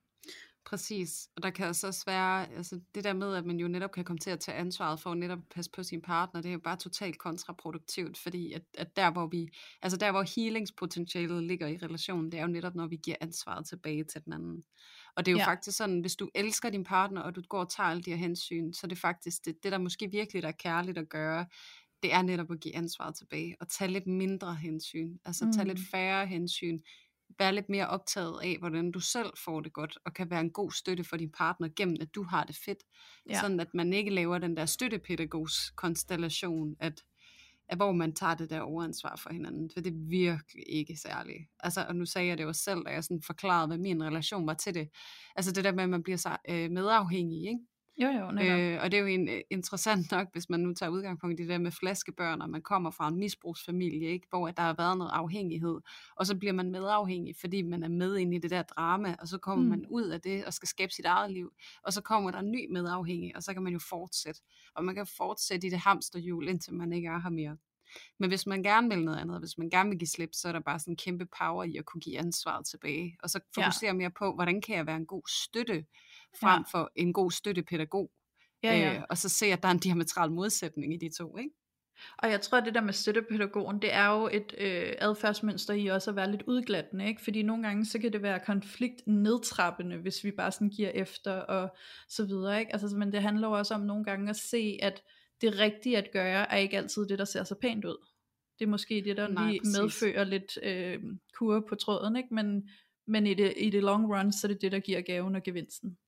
Speaker 2: Præcis, og der kan altså også være, altså det der med, at man jo netop kan komme til at tage ansvaret for at netop passe på sin partner, det er jo bare totalt kontraproduktivt, fordi at, at der hvor vi, altså der hvor healingspotentialet ligger i relationen, det er jo netop når vi giver ansvaret tilbage til den anden. Og det er jo
Speaker 1: Ja.
Speaker 2: faktisk sådan, hvis du elsker din partner, og du går og tager alle de her hensyn, så er det faktisk det, det der måske virkelig der er kærligt at gøre, det er netop at give ansvaret tilbage, og tage lidt mindre hensyn, altså
Speaker 1: Mm.
Speaker 2: tage lidt færre hensyn, være lidt mere optaget af, hvordan du selv får det godt, og kan være en god støtte for din partner, gennem at du har det fedt.
Speaker 1: Ja.
Speaker 2: Sådan at man ikke laver den der støttepædagogs konstellation, at, at hvor man tager det der overansvar for hinanden, for det er virkelig ikke særligt. Altså, og nu sagde jeg det jo selv, da jeg sådan forklarede, hvad min relation var til det. Altså det der med, at man bliver så øh, medafhængig, ikke?
Speaker 1: Jo jo, netop.
Speaker 2: Øh, og det er jo en, øh, interessant nok, hvis man nu tager udgangspunkt i det der med flaskebørn, og man kommer fra en misbrugsfamilie, ikke? Hvor der har været noget afhængighed, og så bliver man medafhængig, fordi man er med ind i det der drama, og så kommer mm. man ud af det, og skal skabe sit eget liv, og så kommer der en ny medafhængig, og så kan man jo fortsætte, og man kan fortsætte i det hamsterhjul, indtil man ikke er her mere. Men hvis man gerne vil noget andet, hvis man gerne vil give slip, så er der bare sådan en kæmpe power i at kunne give ansvaret tilbage, og så fokusere ja. mere på, hvordan kan jeg være en god støtte, frem ja. for en god støttepædagog,
Speaker 1: Ja, ja.
Speaker 2: øh, og så se, at der er en diametral modsætning i de to, ikke?
Speaker 1: Og jeg tror, at det der med støttepædagogen, det er jo et øh, adfærdsmønster i også at være lidt udglattende, ikke? Fordi nogle gange, så kan det være konfliktnedtrappende, hvis vi bare sådan giver efter og så videre, ikke? Altså, men det handler jo også om nogle gange at se, at det rigtige at gøre, er ikke altid det, der ser så pænt ud. Det er måske det, der
Speaker 2: Nej,
Speaker 1: lige
Speaker 2: præcis.
Speaker 1: medfører lidt øh, kurve på tråden, ikke? Men, men i, det, i det long run, så er det det, der giver gaven og gevinsten.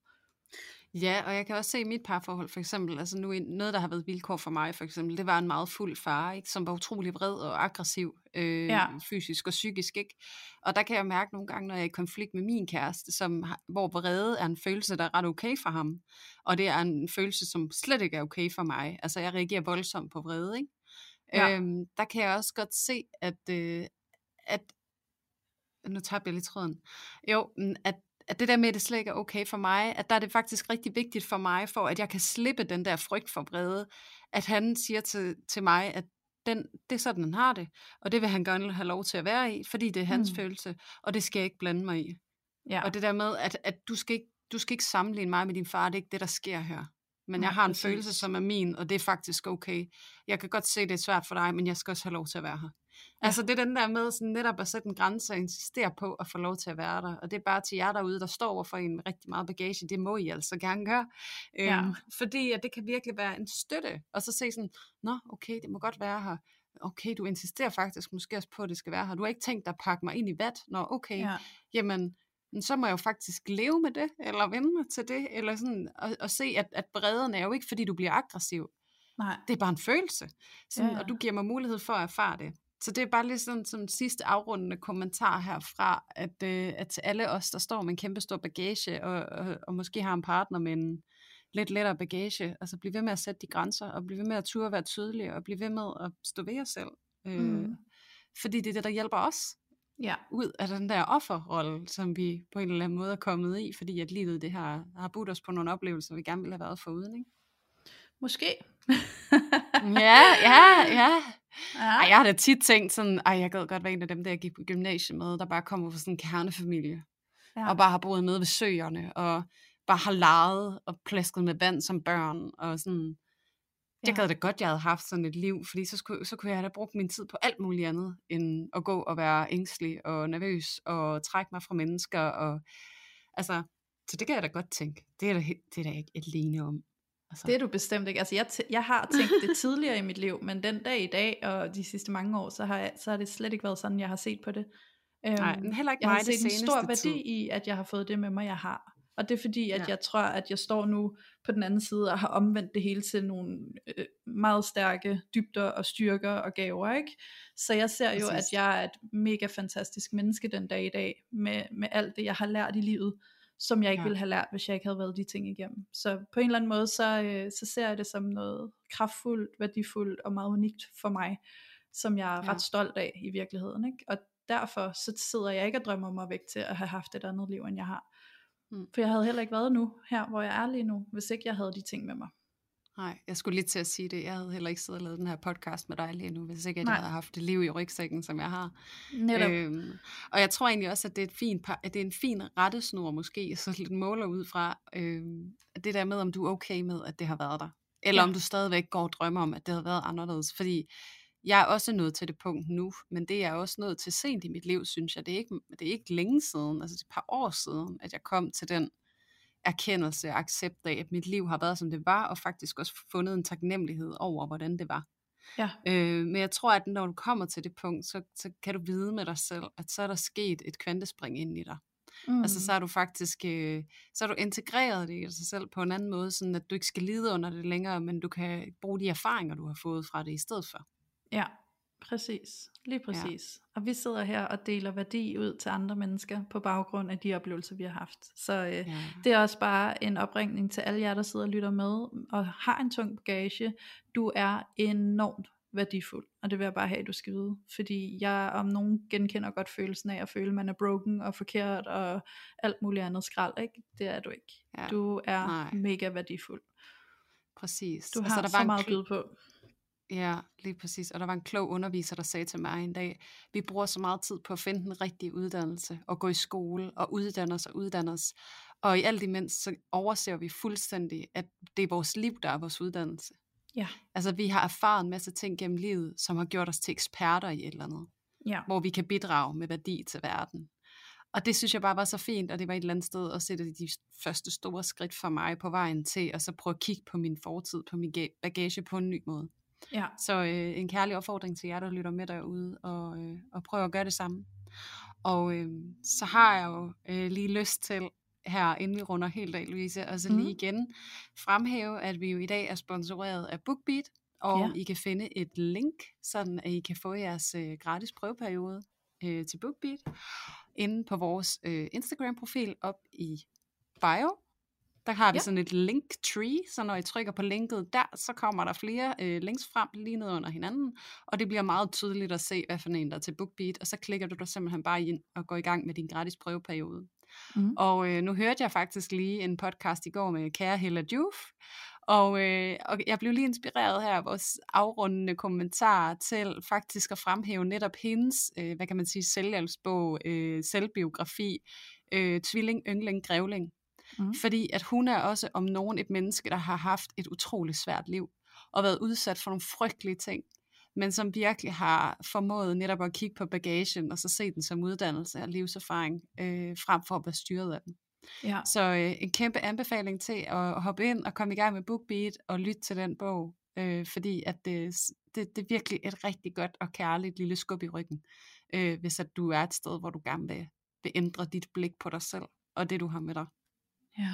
Speaker 2: Ja, og jeg kan også se i mit parforhold for eksempel, altså nu noget der har været vilkår for mig for eksempel, det var en meget fuld far, ikke, som var utrolig vred og aggressiv, øh,
Speaker 1: Ja.
Speaker 2: fysisk og psykisk, ikke? Og der kan jeg mærke nogle gange, når jeg er i konflikt med min kæreste, som, har- hvor vrede er en følelse, der er ret okay for ham, og det er en følelse, som slet ikke er okay for mig. Altså jeg reagerer voldsomt på vrede, ikke?
Speaker 1: Ja.
Speaker 2: Øhm, der kan jeg også godt se, at, øh, at nu tabte jeg lige tråden. Jo, men at, at det der med, at det slet ikke er okay for mig, at der er det faktisk rigtig vigtigt for mig, for at jeg kan slippe den der frygt for vrede, at han siger til, til mig, at den, det er sådan, han har det, og det vil han gerne have lov til at være i, fordi det er hans
Speaker 1: Mm.
Speaker 2: mm. følelse, og det skal jeg ikke blande mig i.
Speaker 1: Ja.
Speaker 2: Og det der med, at, at du, skal ikke, du skal ikke sammenligne mig med din far, det er ikke det, der sker her. Men
Speaker 1: Nej,
Speaker 2: jeg har en
Speaker 1: præcis.
Speaker 2: følelse, som er min, og det er faktisk okay. Jeg kan godt se, det er svært for dig, men jeg skal også have lov til at være her. Ja. Altså det er den der med sådan netop at sætte en grænse og insistere på at få lov til at være der. Og det er bare til jer derude, der står over for en med rigtig meget bagage. Det må I altså gerne gøre.
Speaker 1: Ja.
Speaker 2: Øhm, fordi at det kan virkelig være en støtte. Og så se sådan, nå okay, det må godt være her. Okay, du insisterer faktisk måske også på, at det skal være her. Du har ikke tænkt dig at pakke mig ind i vat. Nå okay,
Speaker 1: Ja.
Speaker 2: jamen men så må jeg jo faktisk leve med det, eller vende mig til det, eller sådan, og, og se, at, at vreden er jo ikke, fordi du bliver aggressiv.
Speaker 1: Nej.
Speaker 2: Det er bare en følelse, sådan,
Speaker 1: Ja, ja.
Speaker 2: og du giver mig mulighed for at erfare det. Så det er bare lige sådan som sidste afrundende kommentar herfra, at, øh, at til alle os, der står med en kæmpe stor bagage, og, og, og måske har en partner med en lidt lettere bagage, altså bliv ved med at sætte de grænser, og bliv ved med at turde være tydelige, og bliv ved med at stå ved jer selv. Øh,
Speaker 1: Mm.
Speaker 2: Fordi det er det, der hjælper os
Speaker 1: Ja.
Speaker 2: ud af den der offerrolle, som vi på en eller anden måde er kommet i, fordi at livet det har, har budt os på nogle oplevelser, vi gerne ville have været foruden, ikke?
Speaker 1: Måske.
Speaker 2: Ja, ja, ja.
Speaker 1: Ja.
Speaker 2: Ej, jeg har da tit tænkt sådan, ej, jeg gad godt være en af dem, der jeg gik på gymnasiet med, der bare kommer fra sådan en kernefamilie,
Speaker 1: Ja.
Speaker 2: og bare har boet nede ved søerne, og bare har leget og plasket med vand som børn, og sådan. Jeg
Speaker 1: Ja.
Speaker 2: gad da godt, jeg havde haft sådan et liv, fordi så, skulle, så kunne jeg da brugt min tid på alt muligt andet, end at gå og være ængstelig og nervøs, og trække mig fra mennesker, og altså, så det kan jeg da godt tænke. Det er da, he- det er da ikke alene om. Altså.
Speaker 1: Det er du bestemt ikke. Altså jeg, t- jeg har tænkt det tidligere i mit liv, men den dag i dag, og de sidste mange år, så har, jeg, så har det slet ikke været sådan, jeg har set på det. Øhm,
Speaker 2: Nej, men heller ikke
Speaker 1: jeg
Speaker 2: mig
Speaker 1: har
Speaker 2: det
Speaker 1: set en stor
Speaker 2: seneste
Speaker 1: værdi
Speaker 2: tid.
Speaker 1: i, at jeg har fået det med mig, jeg har. Og det er fordi, at
Speaker 2: Ja.
Speaker 1: jeg tror, at jeg står nu på den anden side og har omvendt det hele til nogle øh, meget stærke dybder og styrker og gaver, ikke? Så jeg ser jo,
Speaker 2: Præcis.
Speaker 1: at jeg er et mega fantastisk menneske den dag i dag, med, med alt det, jeg har lært i livet, som jeg ikke
Speaker 2: Ja.
Speaker 1: ville have lært, hvis jeg ikke havde været de ting igennem. Så på en eller anden måde, så, øh, så ser jeg det som noget kraftfuldt, værdifuldt og meget unikt for mig, som jeg er
Speaker 2: Ja.
Speaker 1: ret stolt af i virkeligheden, ikke? Og derfor så sidder jeg ikke og drømmer mig væk til at have haft et andet liv, end jeg har.
Speaker 2: Mm.
Speaker 1: For jeg havde heller ikke været nu, her hvor jeg er lige nu, hvis ikke jeg havde de ting med mig.
Speaker 2: Nej, jeg skulle lige til at sige det. Jeg havde heller ikke siddet og lavet den her podcast med dig lige nu, hvis ikke at
Speaker 1: Nej.
Speaker 2: jeg havde haft det liv i rygsækken, som jeg har.
Speaker 1: Netop.
Speaker 2: Øhm, og jeg tror egentlig også, at det er, et fint, par- at det er en fin rettesnor måske, så lidt måler ud fra øhm, det der med, om du er okay med, at det har været der. Eller
Speaker 1: Ja.
Speaker 2: om du stadigvæk går og drømmer om, at det havde været anderledes. Fordi jeg er også nået til det punkt nu, men det er jeg også nået til sent i mit liv, synes jeg. Det er ikke, det er ikke længe siden, altså et par år siden, at jeg kom til den erkendelse og accept af, at mit liv har været, som det var, og faktisk også fundet en taknemmelighed over, hvordan det var.
Speaker 1: Ja.
Speaker 2: Øh, men jeg tror, at når du kommer til det punkt, så, så kan du vide med dig selv, at så er der sket et kvantespring ind i dig.
Speaker 1: Mm.
Speaker 2: Altså så er du faktisk, øh, så er du integreret det i dig selv på en anden måde, sådan at du ikke skal lide under det længere, men du kan bruge de erfaringer, du har fået fra det i stedet for.
Speaker 1: Ja, præcis. Lige præcis. Ja. Og vi sidder her og deler værdi ud til andre mennesker på baggrund af de oplevelser, vi har haft. Så øh,
Speaker 2: Ja.
Speaker 1: det er også bare en opringning til alle jer, der sidder og lytter med og har en tung bagage. Du er enormt værdifuld, og det vil jeg bare have, at du skal vide. Fordi jeg om nogen genkender godt følelsen af at føle, at man er broken og forkert og alt muligt andet skrald, ikke? Det er du ikke.
Speaker 2: Ja.
Speaker 1: Du er
Speaker 2: Nej.
Speaker 1: mega værdifuld.
Speaker 2: Præcis.
Speaker 1: Du har
Speaker 2: altså, der
Speaker 1: så
Speaker 2: var en
Speaker 1: meget at
Speaker 2: kl-
Speaker 1: byde på.
Speaker 2: Ja, lige præcis. Og der var en klog underviser, der sagde til mig en dag, vi bruger så meget tid på at finde den rigtige uddannelse, og gå i skole, og uddanne os og uddanne os. Og i alt imens, så overser vi fuldstændig, at det er vores liv, der er vores uddannelse.
Speaker 1: Ja.
Speaker 2: Altså, vi har erfaret en masse ting gennem livet, som har gjort os til eksperter i et eller andet.
Speaker 1: Ja.
Speaker 2: Hvor vi kan bidrage med værdi til verden. Og det synes jeg bare var så fint, og det var et eller andet sted at sætte de første store skridt for mig på vejen til, og så prøve at kigge på min fortid, på min bagage på en ny måde.
Speaker 1: Ja.
Speaker 2: Så øh, en kærlig opfordring til jer, der lytter med derude, og, øh, og prøv at gøre det samme. Og øh, så har jeg jo øh, lige lyst til, her inden vi runder helt af, Louise, og så lige
Speaker 1: Mhm.
Speaker 2: igen fremhæve, at vi jo i dag er sponsoreret af BookBeat, og
Speaker 1: Ja.
Speaker 2: I kan finde et link, sådan at I kan få jeres øh, gratis prøveperiode øh, til BookBeat, inde på vores øh, Instagram-profil op i bio. Der har vi
Speaker 1: Ja.
Speaker 2: sådan et linktree, så når I trykker på linket der, så kommer der flere øh, links frem lige ned under hinanden, og det bliver meget tydeligt at se, hvad for en der er til BookBeat, og så klikker du dig simpelthen bare ind og går i gang med din gratis prøveperiode.
Speaker 1: Mm.
Speaker 2: Og øh, nu hørte jeg faktisk lige en podcast i går med kære Hella Juf, og, øh, og jeg blev lige inspireret her af vores afrundende kommentarer til faktisk at fremhæve netop hendes, øh, hvad kan man sige, selvhjælpsbog, øh, selvbiografi, øh, Tvilling, Yngling, Grævling.
Speaker 1: Mm.
Speaker 2: Fordi at hun er også om nogen et menneske, der har haft et utroligt svært liv, og været udsat for nogle frygtelige ting, men som virkelig har formået netop at kigge på bagagen, og så se den som uddannelse og livserfaring, øh, frem for at være styret af den.
Speaker 1: Ja.
Speaker 2: Så øh, en kæmpe anbefaling til at hoppe ind og komme i gang med BookBeat og lytte til den bog, øh, fordi at det, det, det er virkelig et rigtig godt og kærligt lille skub i ryggen, øh, hvis at du er et sted, hvor du gerne vil, vil ændre dit blik på dig selv, og det du har med dig.
Speaker 1: Ja.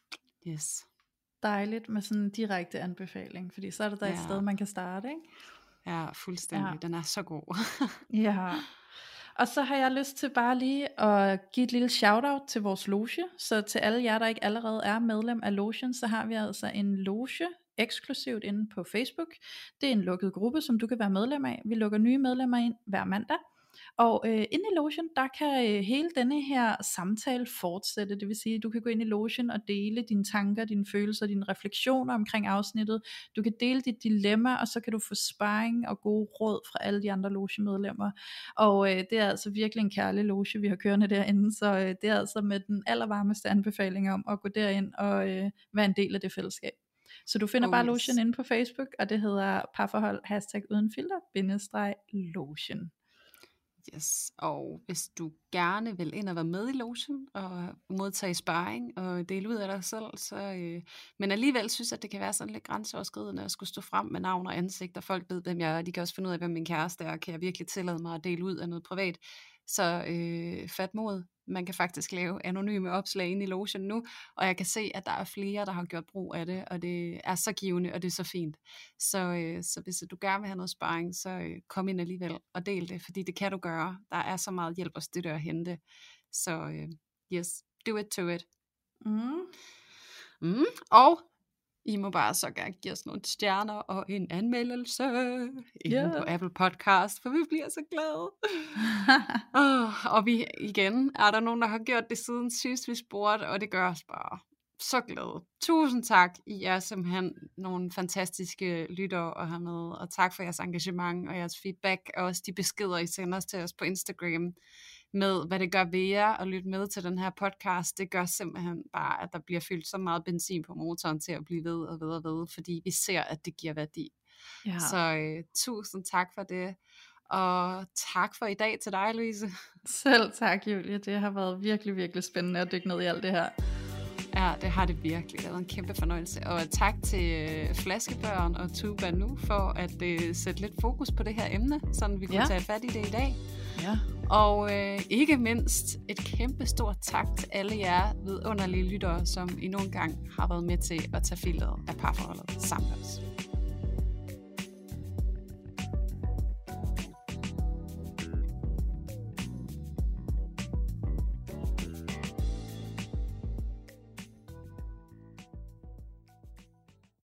Speaker 2: Yes.
Speaker 1: Dejligt med sådan en direkte anbefaling, fordi så er det der
Speaker 2: Ja.
Speaker 1: et sted, man kan starte, ikke?
Speaker 2: Ja, fuldstændig.
Speaker 1: Ja.
Speaker 2: Den er så god.
Speaker 1: Ja. Og så har jeg lyst til bare lige at give et lille shoutout til vores loge. Så til alle jer, der ikke allerede er medlem af logen, så har vi altså en loge eksklusivt inde på Facebook. Det er en lukket gruppe, som du kan være medlem af. Vi lukker nye medlemmer ind hver mandag. Og øh, inde i logen, der kan øh, hele denne her samtale fortsætte. Det vil sige, at du kan gå ind i logen og dele dine tanker, dine følelser, dine refleksioner omkring afsnittet. Du kan dele dit dilemma, og så kan du få sparring og gode råd fra alle de andre logemedlemmer. Og øh, det er altså virkelig en kærlig loge, vi har kørende derinde. Så øh, det er altså med den allervarmeste anbefaling om at gå derind og øh, være en del af det fællesskab. Så du finder
Speaker 2: Oh,
Speaker 1: bare
Speaker 2: yes.
Speaker 1: logen inde på Facebook, og det hedder parforhold hashtag uden filter bindestreg logen.
Speaker 2: Yes. Og hvis du gerne vil ind og være med i logen og modtage sparring og dele ud af dig selv, så, øh, men alligevel synes at det kan være sådan lidt grænseoverskridende at skulle stå frem med navn og ansigt, og folk ved, hvem jeg er, og de kan også finde ud af, hvem min kæreste er, og kan jeg virkelig tillade mig at dele ud af noget privat, Så øh, fat mod. Man kan faktisk lave anonyme opslag inde i Lotion nu, og jeg kan se, at der er flere, der har gjort brug af det, og det er så givende, og det er så fint. Så, øh, så hvis du gerne vil have noget sparring, så øh, kom ind alligevel og del det, fordi det kan du gøre. Der er så meget hjælp og støtte at hente. Så øh, yes, do it to it.
Speaker 1: Mm.
Speaker 2: Mm. Og I må bare så gerne give os nogle stjerner og en anmeldelse inde
Speaker 1: Yeah.
Speaker 2: på Apple Podcast, for vi bliver så glade. oh, og vi igen, er der nogen, der har gjort det siden sidst vi spurgte, og det gør os bare så glade. Tusind tak. I er simpelthen nogle fantastiske lyttere at have med, og tak for jeres engagement og jeres feedback, og også de beskeder, I sender os til os på Instagram, med hvad det gør ved jer at lytte med til den her podcast. Det gør simpelthen bare, at der bliver fyldt så meget benzin på motoren til at blive ved og ved og ved, fordi vi ser, at det giver værdi.
Speaker 1: Ja.
Speaker 2: Så øh, tusind tak for det, og tak for i dag til dig, Louise.
Speaker 1: Selv tak, Julie. Det har været virkelig, virkelig spændende at dykke ned i alt det her.
Speaker 2: Ja, det har det virkelig. Det har været en kæmpe fornøjelse. Og tak til øh, Flaskebørn og Tuba nu for at øh, sætte lidt fokus på det her emne, så vi kunne ja. tage fat i det i dag.
Speaker 1: Ja.
Speaker 2: Og øh, ikke mindst et kæmpe stort tak til alle jer vidunderlige lyttere, som endnu en gang har været med til at tage filteret af parforholdet sammen med os.